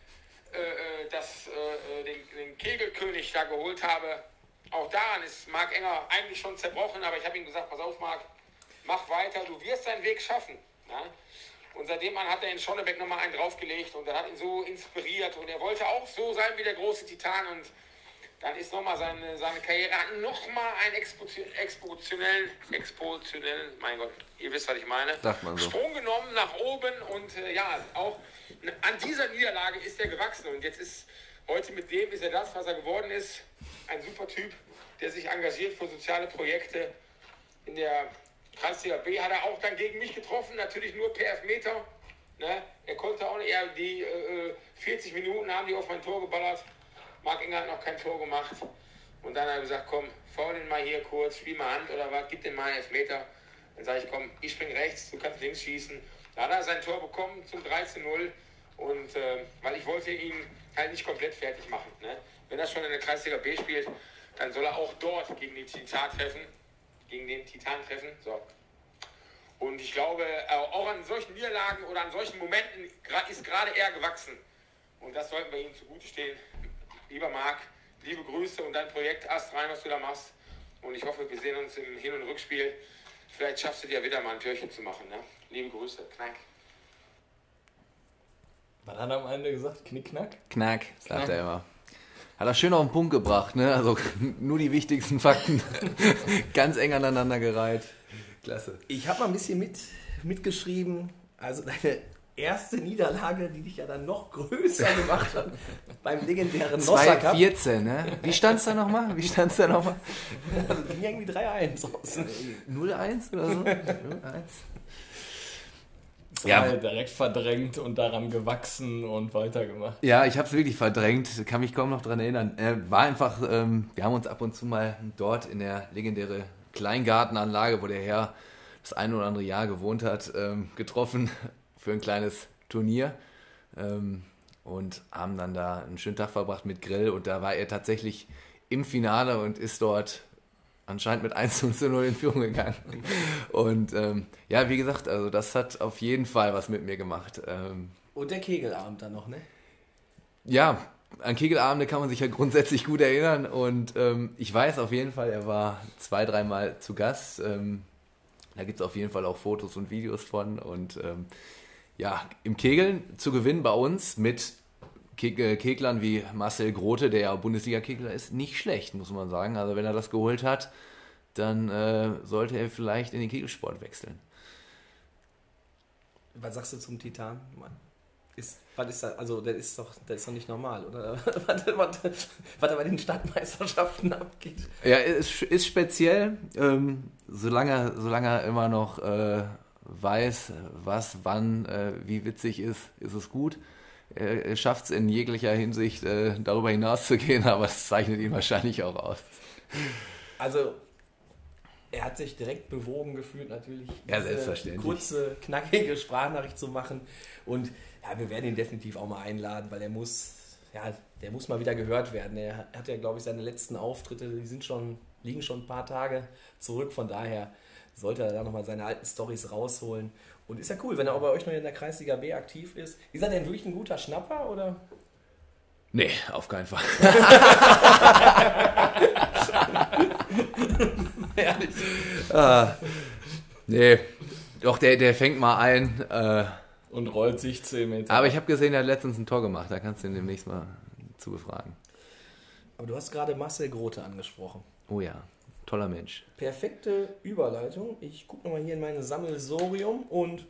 den Kegelkönig da geholt habe. Auch daran ist Marc Enger eigentlich schon zerbrochen, aber ich habe ihm gesagt, pass auf Marc, mach weiter, du wirst deinen Weg schaffen. Ja? Und seitdem hat er in Schonnebeck nochmal einen draufgelegt und das hat ihn so inspiriert und er wollte auch so sein wie der große Titan und dann ist nochmal seine Karriere, hat nochmal einen exponentiellen, mein Gott, ihr wisst, was ich meine, sagt man so, Sprung genommen nach oben und ja, auch an dieser Niederlage ist er gewachsen und jetzt ist heute mit dem ist er das, was er geworden ist, ein super Typ, der sich engagiert für soziale Projekte in der Kreisliga B hat er auch dann gegen mich getroffen, natürlich nur per Elfmeter. Ne? Er konnte auch nicht, die 40 Minuten haben die auf mein Tor geballert. Marc Enger hat noch kein Tor gemacht. Und dann hat er gesagt, komm, faul den mal hier kurz, spiel mal Hand oder was, gib den mal einen Elfmeter. Dann sage ich, komm, ich spring rechts, du kannst links schießen. Da hat er sein Tor bekommen zum 13-0. Und weil ich wollte ihn halt nicht komplett fertig machen. Ne? Wenn er schon in der Kreisliga B spielt, dann soll er auch dort gegen den Titan treffen. So. Und ich glaube, auch an solchen Niederlagen oder an solchen Momenten ist gerade er gewachsen. Und das sollten wir ihm zugute stehen. Lieber Marc, liebe Grüße und dein Projekt Ast rein, was du da machst. Und ich hoffe, wir sehen uns im Hin- und Rückspiel. Vielleicht schaffst du dir wieder mal ein Türchen zu machen. Ne? Liebe Grüße. Knack. Was hat er am Ende gesagt? Knickknack? Knack, sagt er immer. Hat er schön auf den Punkt gebracht, ne? Also nur die wichtigsten Fakten ganz eng aneinander gereiht. Klasse. Ich habe mal ein bisschen mitgeschrieben. Also deine erste Niederlage, die dich ja dann noch größer gemacht hat, beim legendären Nossa Cup. 2014, ne? Wie stand's da nochmal? Also ging irgendwie 3-1 raus. 0-1 oder so? 0-1. Ja, direkt verdrängt und daran gewachsen und weitergemacht. Ja, ich habe es wirklich verdrängt, kann mich kaum noch dran erinnern. War einfach, wir haben uns ab und zu mal dort in der legendäre Kleingartenanlage, wo der Herr das ein oder andere Jahr gewohnt hat, getroffen für ein kleines Turnier und haben dann da einen schönen Tag verbracht mit Grill und da war er tatsächlich im Finale und ist dort anscheinend mit 1:0 in Führung gegangen. Und ja, wie gesagt, also das hat auf jeden Fall was mit mir gemacht. Und der Kegelabend dann noch, ne? Ja, an Kegelabende kann man sich ja grundsätzlich gut erinnern. Und ich weiß auf jeden Fall, er war 2-3 Mal zu Gast. Da gibt es auf jeden Fall auch Fotos und Videos von. Und ja, im Kegeln zu gewinnen bei uns mit Keglern wie Marcel Grote, der ja Bundesliga-Kegler ist, nicht schlecht, muss man sagen. Also wenn er das geholt hat, dann sollte er vielleicht in den Kegelsport wechseln. Was sagst du zum Titan? Was ist das? Also das ist doch nicht normal, oder? was da bei den Stadtmeisterschaften abgeht. Ja, ist speziell, solange er immer noch weiß, was, wann, wie witzig ist es gut. Er schafft es in jeglicher Hinsicht, darüber hinaus zu gehen, aber es zeichnet ihn wahrscheinlich auch aus. Also, er hat sich direkt bewogen gefühlt, natürlich, ja, selbstverständlich, kurze, knackige Sprachnachricht zu machen. Und ja, wir werden ihn definitiv auch mal einladen, weil der muss mal wieder gehört werden. Er hat ja, glaube ich, seine letzten Auftritte, liegen schon ein paar Tage zurück. Von daher sollte er da nochmal seine alten Storys rausholen. Und ist ja cool, wenn er auch bei euch noch in der Kreisliga B aktiv ist. Ist er denn wirklich ein guter Schnapper, oder? Nee, auf keinen Fall. Nee, doch, der fängt mal ein. Und rollt sich 10 Meter. Aber ich habe gesehen, er hat letztens ein Tor gemacht. Da kannst du ihn demnächst mal zu befragen. Aber du hast gerade Marcel Grote angesprochen. Oh ja, toller Mensch. Perfekte Überleitung. Ich gucke nochmal hier in meine Sammelsorium und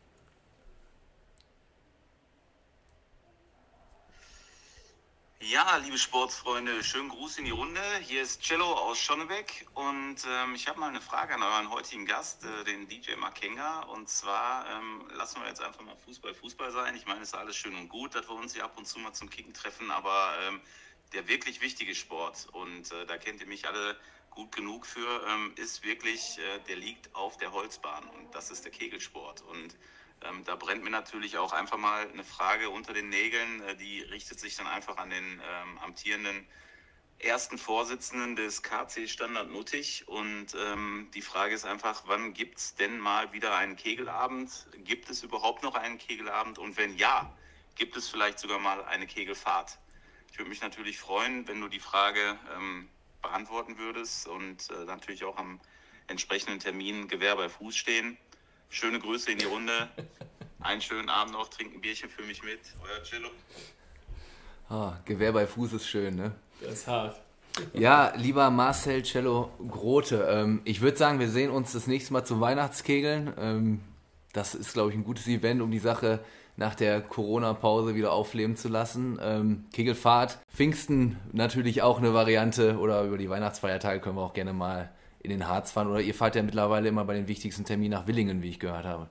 ja, liebe Sportsfreunde, schönen Gruß in die Runde. Hier ist Cello aus Schonnebeck und ich habe mal eine Frage an euren heutigen Gast, den DJ Marc Enger. Und zwar lassen wir jetzt einfach mal Fußball sein. Ich meine, es ist alles schön und gut, dass wir uns hier ab und zu mal zum Kicken treffen, aber der wirklich wichtige Sport, und da kennt ihr mich alle gut genug für, ist wirklich, der liegt auf der Holzbahn und das ist der Kegelsport. Und da brennt mir natürlich auch einfach mal eine Frage unter den Nägeln, die richtet sich dann einfach an den amtierenden ersten Vorsitzenden des KC Standard Nuttig. Und die Frage ist einfach, wann gibt es denn mal wieder einen Kegelabend? Gibt es überhaupt noch einen Kegelabend? Und wenn ja, gibt es vielleicht sogar mal eine Kegelfahrt? Ich würde mich natürlich freuen, wenn du die Frage beantworten würdest und natürlich auch am entsprechenden Termin Gewehr bei Fuß stehen. Schöne Grüße in die Runde. Einen schönen Abend noch. Trinken ein Bierchen für mich mit. Euer Cello. Gewehr bei Fuß ist schön, ne? Das ist hart. Ja, lieber Marcel Cello Grote, ich würde sagen, wir sehen uns das nächste Mal zum Weihnachtskegeln. Das ist, glaube ich, ein gutes Event, um die Sache nach der Corona-Pause wieder aufleben zu lassen. Kegelfahrt, Pfingsten natürlich auch eine Variante, oder über die Weihnachtsfeiertage können wir auch gerne mal in den Harz fahren. Oder ihr fahrt ja mittlerweile immer bei den wichtigsten Terminen nach Willingen, wie ich gehört habe.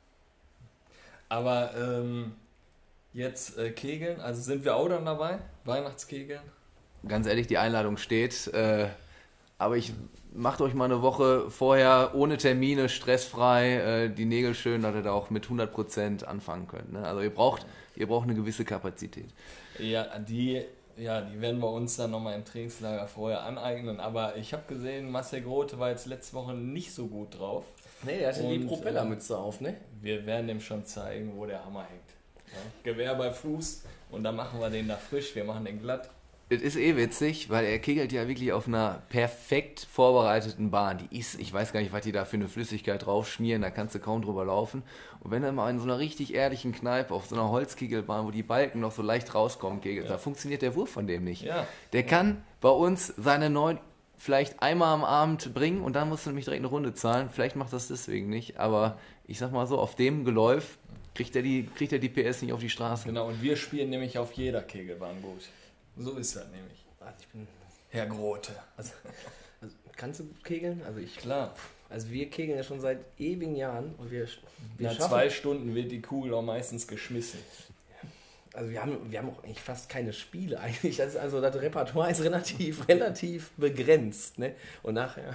Aber jetzt Kegeln, also sind wir auch dann dabei? Weihnachtskegeln? Ganz ehrlich, die Einladung steht. Aber macht euch mal eine Woche vorher ohne Termine, stressfrei, die Nägel schön, dass ihr da auch mit 100% anfangen könnt. Ne? Also ihr braucht eine gewisse Kapazität. Ja, die werden wir uns dann nochmal im Trainingslager vorher aneignen. Aber ich habe gesehen, Marcel Grote war jetzt letzte Woche nicht so gut drauf. Nee, der hatte die Propellermütze auf, ne? Wir werden dem schon zeigen, wo der Hammer hängt. Ja? Gewehr bei Fuß und dann machen wir den da frisch, wir machen den glatt. Das ist witzig, weil er kegelt ja wirklich auf einer perfekt vorbereiteten Bahn. Ich weiß gar nicht, was die da für eine Flüssigkeit draufschmieren, da kannst du kaum drüber laufen. Und wenn er mal in so einer richtig ehrlichen Kneipe, auf so einer Holzkegelbahn, wo die Balken noch so leicht rauskommen, kegelt, da funktioniert der Wurf von dem nicht. Ja. Der kann bei uns seine 9 vielleicht einmal am Abend bringen und dann musst du nämlich direkt eine Runde zahlen. Vielleicht macht das deswegen nicht, aber ich sag mal so, auf dem Geläuf kriegt er die PS nicht auf die Straße. Genau, und wir spielen nämlich auf jeder Kegelbahn gut. So ist das nämlich. Ich bin Herr Grote. Also kannst du kegeln? Klar. Also wir kegeln ja schon seit ewigen Jahren und wir Nach schaffen... 2 Stunden wird die Kugel auch meistens geschmissen. Also wir haben auch eigentlich fast keine Spiele eigentlich. Das Repertoire ist relativ begrenzt. Ne? Und nachher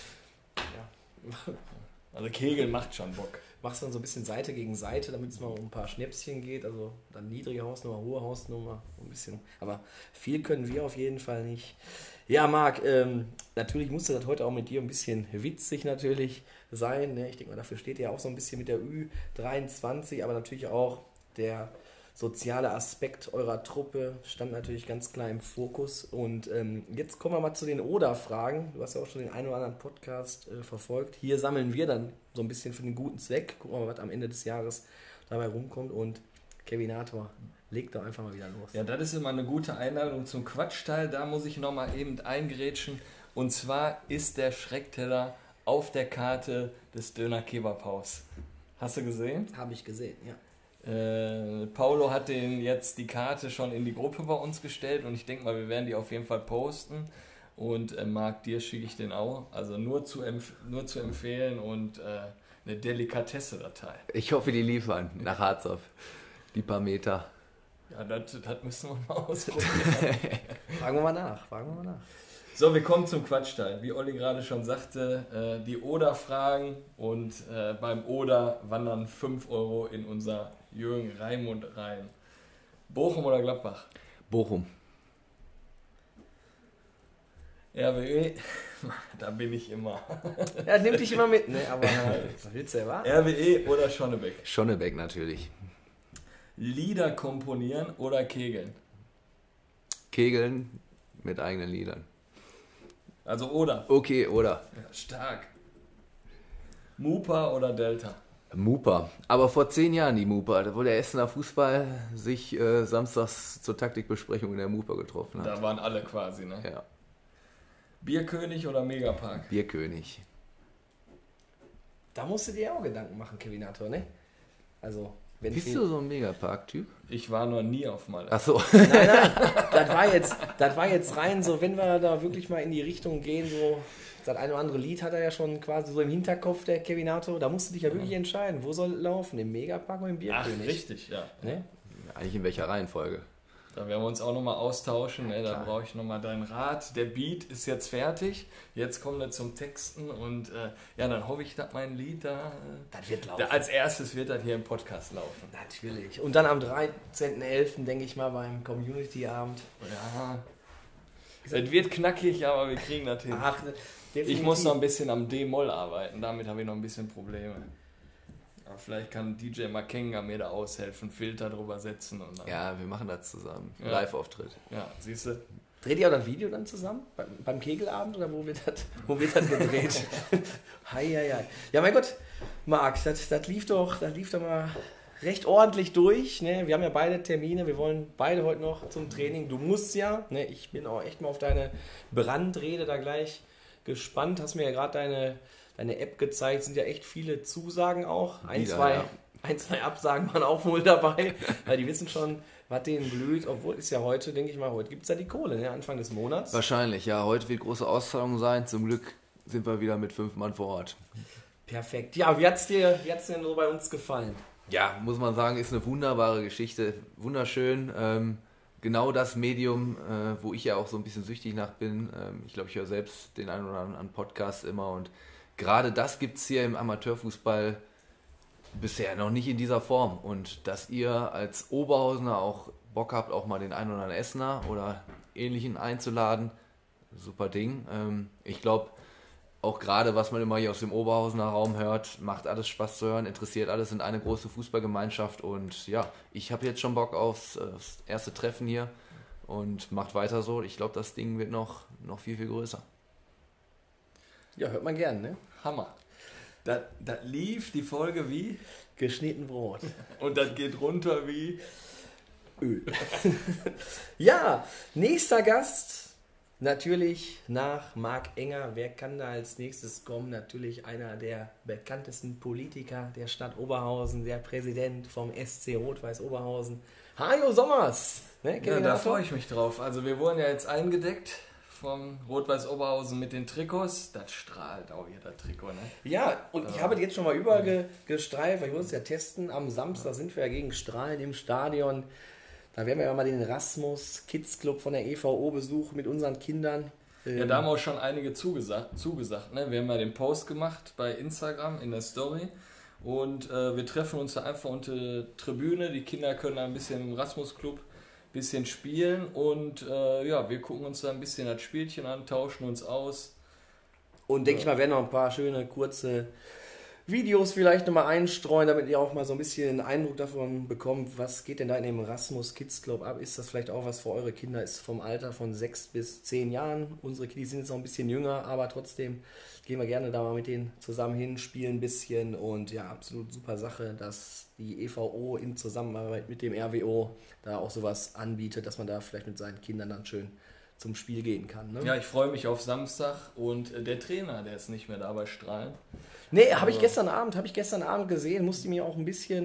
Also Kegeln macht schon Bock. machst du dann so ein bisschen Seite gegen Seite, damit es mal um ein paar Schnäpschen geht. Also dann niedrige Hausnummer, hohe Hausnummer, ein bisschen. Aber viel können wir auf jeden Fall nicht. Ja, Marc, natürlich musste das heute auch mit dir ein bisschen witzig natürlich sein. Ne? Ich denke mal, dafür steht ja auch so ein bisschen mit der Ü23, aber natürlich auch der soziale Aspekt eurer Truppe stand natürlich ganz klar im Fokus. Und jetzt kommen wir mal zu den Oder-Fragen. Du hast ja auch schon den einen oder anderen Podcast verfolgt. Hier sammeln wir dann so ein bisschen für den guten Zweck. Gucken wir mal, was am Ende des Jahres dabei rumkommt. Und Kevinator, leg doch einfach mal wieder los. Ja, das ist immer eine gute Einladung zum Quatschteil. Da muss ich nochmal eben eingrätschen. Und zwar ist der Schreckteller auf der Karte des Döner-Kebab-Haus. Hast du gesehen? Habe ich gesehen, ja. Paulo hat jetzt die Karte schon in die Gruppe bei uns gestellt und ich denke mal, wir werden die auf jeden Fall posten. Und Marc, dir schicke ich den auch. Also nur zu empfehlen und eine Delikatesse-Datei. Ich hoffe, die liefern nach Harzopf. Die paar Meter. Ja, das müssen wir mal ausprobieren. Fragen wir mal nach. So, wir kommen zum Quatschteil. Wie Olli gerade schon sagte, die Oder-Fragen und beim Oder wandern 5 Euro in unser Jürgen Raimund rein. Bochum oder Gladbach? Bochum. RWE, da bin ich immer. Ja, nimmt dich immer mit, ne? Aber was willst du erwarten? RWE oder Schonnebeck? Schonnebeck natürlich. Lieder komponieren oder kegeln? Kegeln mit eigenen Liedern. Also oder? Okay, oder? Ja, stark. Mupa oder Delta? Mupa. Aber vor 10 Jahren die Mupa, wo der Essener Fußball sich samstags zur Taktikbesprechung in der Mupa getroffen hat. Da waren alle quasi, ne? Ja. Bierkönig oder Megapark? Bierkönig. Da musst du dir auch Gedanken machen, Kevinator, ne? Also, wenn Bist du so ein Megapark-Typ? Ich war noch nie auf Malle. Ach so. Nein, das war jetzt rein so, wenn wir da wirklich mal in die Richtung gehen, so das eine oder andere Lied hat er ja schon quasi so im Hinterkopf, der Kevinator, da musst du dich ja wirklich entscheiden, wo soll laufen, im Megapark oder im Bierkönig? Ach, richtig, ja. Ne? Eigentlich in welcher Reihenfolge? Da werden wir uns auch nochmal austauschen, ne? Da brauche ich nochmal deinen Rat. Der Beat ist jetzt fertig, jetzt kommen wir zum Texten und ja, dann hoffe ich, dass mein Lied da... Das wird laufen. Als erstes wird das hier im Podcast laufen. Natürlich. Und dann am 13.11. denke ich mal beim Community-Abend. Ja, es wird knackig, aber wir kriegen das hin. Ach, Ich muss noch ein bisschen am D-Moll arbeiten, damit habe ich noch ein bisschen Probleme. Aber vielleicht kann DJ Makenga mir da aushelfen, Filter drüber setzen und dann. Ja, wir machen das zusammen. Ja. Live-Auftritt. Ja, siehst du? Dreht ihr auch das Video dann zusammen? Beim Kegelabend oder wo wird das gedreht? Hei. Ja, mein Gott, Marc, das lief doch mal recht ordentlich durch. Ne? Wir haben ja beide Termine, wir wollen beide heute noch zum Training. Du musst ja, ne? Ich bin auch echt mal auf deine Brandrede da gleich gespannt. Hast mir ja gerade deine App gezeigt, sind ja echt viele Zusagen auch. Ein, zwei Absagen waren auch wohl dabei, weil die wissen schon, was denen blüht. Obwohl ist ja heute, denke ich mal, heute gibt es ja die Kohle, ne? Anfang des Monats. Wahrscheinlich, ja. Heute wird große Auszahlung sein. Zum Glück sind wir wieder mit 5 Mann vor Ort. Perfekt. Ja, wie hat's dir denn so bei uns gefallen? Ja, muss man sagen, ist eine wunderbare Geschichte. Wunderschön. Genau das Medium, wo ich ja auch so ein bisschen süchtig nach bin. Ich glaube, ich höre selbst den einen oder anderen Podcast immer. Und gerade das gibt es hier im Amateurfußball bisher noch nicht in dieser Form. Und dass ihr als Oberhausener auch Bock habt, auch mal den einen oder anderen Essener oder Ähnlichen einzuladen, super Ding. Ich glaube, auch gerade, was man immer hier aus dem Oberhausener Raum hört, macht alles Spaß zu hören, interessiert alles, sind eine große Fußballgemeinschaft und ja, ich habe jetzt schon Bock aufs erste Treffen hier und macht weiter so. Ich glaube, das Ding wird noch viel, viel größer. Ja, hört man gern, ne? Hammer. Das lief die Folge wie? Geschnitten Brot. Und das geht runter wie? Öl. Ja, nächster Gast. Natürlich nach Marc Enger, wer kann da als nächstes kommen? Natürlich einer der bekanntesten Politiker der Stadt Oberhausen, der Präsident vom SC Rot-Weiß Oberhausen, Hajo Sommers. Ne, ja, da freue ich mich drauf. Also wir wurden ja jetzt eingedeckt vom Rot-Weiß Oberhausen mit den Trikots. Das strahlt auch hier, das Trikot, ne? Ja, und ich habe jetzt schon mal übergestreift, weil ich muss es ja testen. Am Samstag sind wir ja gegen Strahlen im Stadion. Da werden wir ja mal den Rasmus Kids Club von der EVO besuchen mit unseren Kindern. Ja, da haben auch schon einige zugesagt. Ne? Wir haben ja den Post gemacht bei Instagram in der Story und wir treffen uns da einfach unter der Tribüne. Die Kinder können da ein bisschen im Rasmus Club ein bisschen spielen und ja, wir gucken uns da ein bisschen das Spielchen an, tauschen uns aus. Und denke ich mal, werden noch ein paar schöne, kurze Videos vielleicht nochmal einstreuen, damit ihr auch mal so ein bisschen einen Eindruck davon bekommt, was geht denn da in dem Rasmus Kids Club ab? Ist das vielleicht auch was für eure Kinder? Ist vom Alter von 6 bis 10 Jahren. Unsere Kids sind jetzt noch ein bisschen jünger, aber trotzdem gehen wir gerne da mal mit denen zusammen hin, spielen ein bisschen und ja, absolut super Sache, dass die EVO in Zusammenarbeit mit dem RWO da auch sowas anbietet, dass man da vielleicht mit seinen Kindern dann schön zum Spiel gehen kann. Ne? Ja, ich freue mich auf Samstag und der Trainer, der ist nicht mehr da bei Strahlen. Nee, habe ich gestern Abend gesehen, musste mir auch ein bisschen,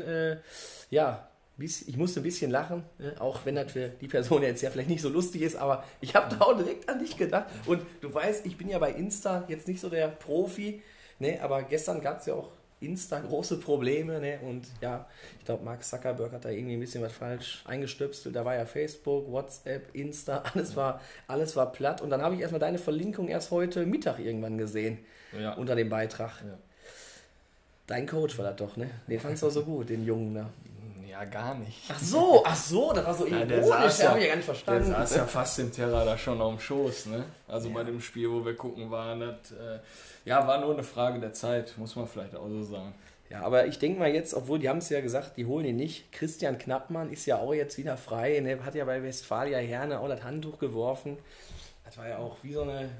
ich musste ein bisschen lachen, auch wenn das für die Person jetzt ja vielleicht nicht so lustig ist, aber ich habe da auch direkt an dich gedacht. Und du weißt, ich bin ja bei Insta jetzt nicht so der Profi, ne, aber gestern gab es ja auch Insta große Probleme, ne, und ja, ich glaube, Mark Zuckerberg hat da irgendwie ein bisschen was falsch eingestöpselt. Da war ja Facebook, WhatsApp, Insta, alles war platt. Und dann habe ich erstmal deine Verlinkung erst heute Mittag irgendwann gesehen, ja, unter dem Beitrag. Ja. Dein Coach war das doch, ne? Den fandst du auch so gut, den Jungen da. Ja, gar nicht. Ach so, das war so ironisch, der habe ich ja gar nicht verstanden. Der saß ja fast im Terra da schon auf dem Schoß, ne? Also bei dem Spiel, wo wir gucken waren, das war nur eine Frage der Zeit, muss man vielleicht auch so sagen. Ja, aber ich denke mal jetzt, obwohl die haben es ja gesagt, die holen ihn nicht. Christian Knappmann ist ja auch jetzt wieder frei, ne? Hat ja bei Westfalia Herne auch das Handtuch geworfen. Das war ja auch wie so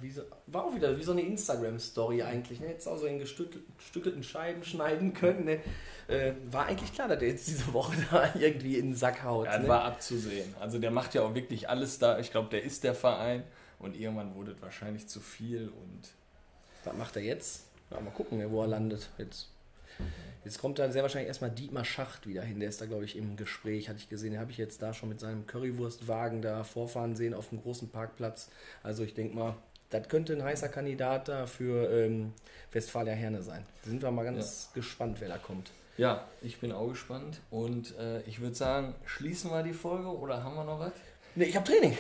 eine Instagram-Story eigentlich. Ne? Jetzt auch so in gestückelten Scheiben schneiden können. Ne? War eigentlich klar, dass der jetzt diese Woche da irgendwie in den Sack haut. Ja, das war abzusehen. Also der macht ja auch wirklich alles da. Ich glaube, der ist der Verein. Und irgendwann wurde es wahrscheinlich zu viel. Und was macht er jetzt? Ja, mal gucken, wo er landet jetzt. Jetzt kommt dann sehr wahrscheinlich erstmal Dietmar Schacht wieder hin. Der ist da, glaube ich, im Gespräch, hatte ich gesehen. Den habe ich jetzt da schon mit seinem Currywurstwagen da vorfahren sehen auf dem großen Parkplatz. Also ich denke mal, das könnte ein heißer Kandidat da für Westfalia Herne sein. Da sind wir mal ganz gespannt, wer da kommt. Ja, ich bin auch gespannt. Und ich würde sagen, schließen wir die Folge oder haben wir noch was? Nee, ich habe Training.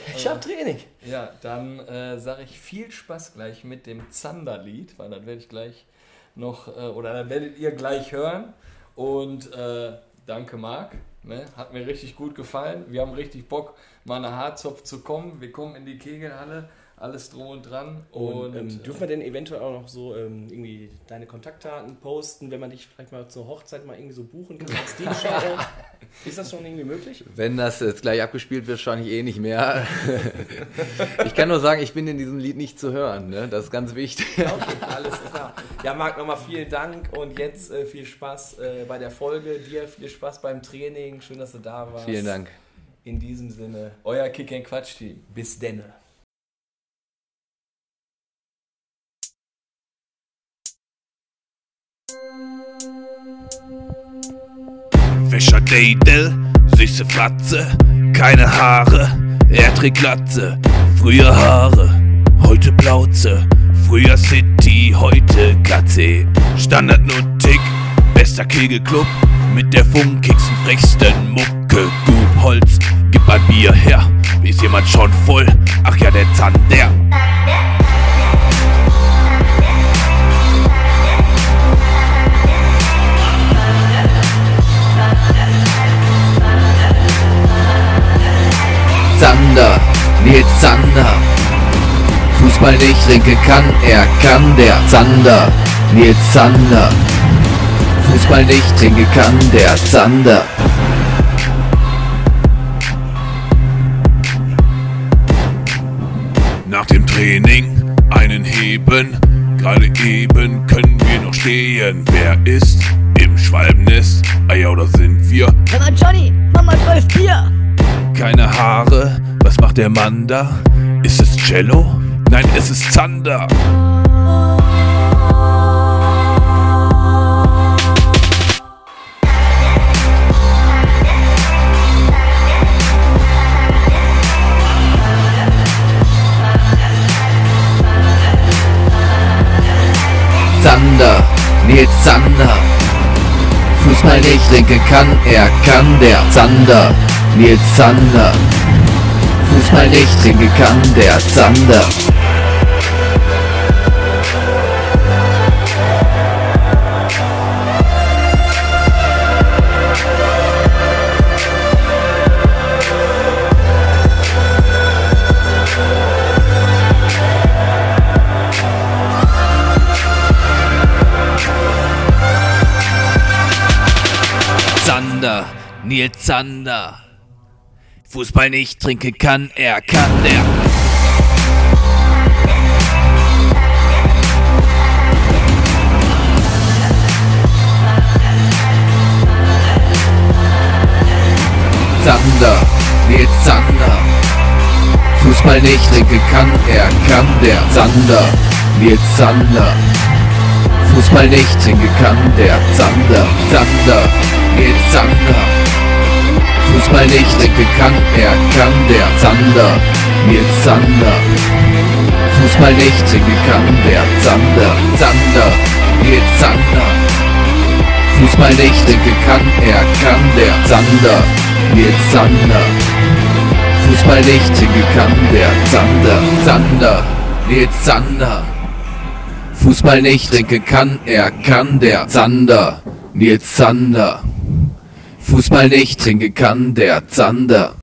Ja, dann sage ich viel Spaß gleich mit dem Zander-Lied, weil das werde ich gleich noch, oder dann werdet ihr gleich hören. Und danke Marc, ne? Hat mir richtig gut gefallen. Wir haben richtig Bock, mal nach Harzopf zu kommen. Wir kommen in die Kegelhalle, alles drum und dran. Und dürfen wir denn eventuell auch noch so irgendwie deine Kontaktdaten posten, wenn man dich vielleicht mal zur Hochzeit mal irgendwie so buchen kann als DJ? Ist das schon irgendwie möglich? Wenn das jetzt gleich abgespielt wird, wahrscheinlich eh nicht mehr. Ich kann nur sagen, ich bin in diesem Lied nicht zu hören, ne? Das ist ganz wichtig. Okay, alles klar. Ja, Marc, nochmal vielen Dank und jetzt viel Spaß bei der Folge. Dir viel Spaß beim Training. Schön, dass du da warst. Vielen Dank. In diesem Sinne, euer Kick-and-Quatsch-Team. Bis denne. Wäscher Deidel, süße Fratze, keine Haare, er trägt Glatze. Früher Haare, heute Plauze. Früher City, heute KC. Standard nur Tick, bester Kegelclub mit der funkigsten, frechsten Mucke. Gut Holz, gib ein Bier her, ist jemand schon voll? Ach ja, der Zander. Zander, Nils Zander. Fußball nicht trinken kann, er kann der Zander. Nils Zander. Fußball nicht trinken kann, der Zander. Nach dem Training einen heben, gerade eben können wir noch stehen. Wer ist im Schwalbennest? Ah ja, oder sind wir? Hör mal Johnny, mach mal 12 Bier. Keine Haare, was macht der Mann da? Ist es Cello? Nein, es ist Zander. Zander, Nils Zander. Fußball nicht trinken kann, er kann der Zander. Nils Zander. Fußball nicht trinken kann, der Zander. Zander, Nils Zander. Fußball nicht trinken kann, er kann der. Zander, Nils Zander. Fußball nicht trinken kann, er kann der Zander. Nils Zander. Fußball nicht trinken kann, der Zander. Zander, Nils Zander. Fußball nicht trinken kann, er kann der Zander. Nils Zander. Fußball nicht trinken kann, der Zander. Zander, Nils Zander. Fußball nicht trinken kann, er kann der Zander. Nils Zander. Fußball nicht trinken kann, der Zander. Zander, Nils Zander. Fußball nicht trinken kann, er kann der Zander. Nils Zander. Fußball nicht trinken kann, der Zander.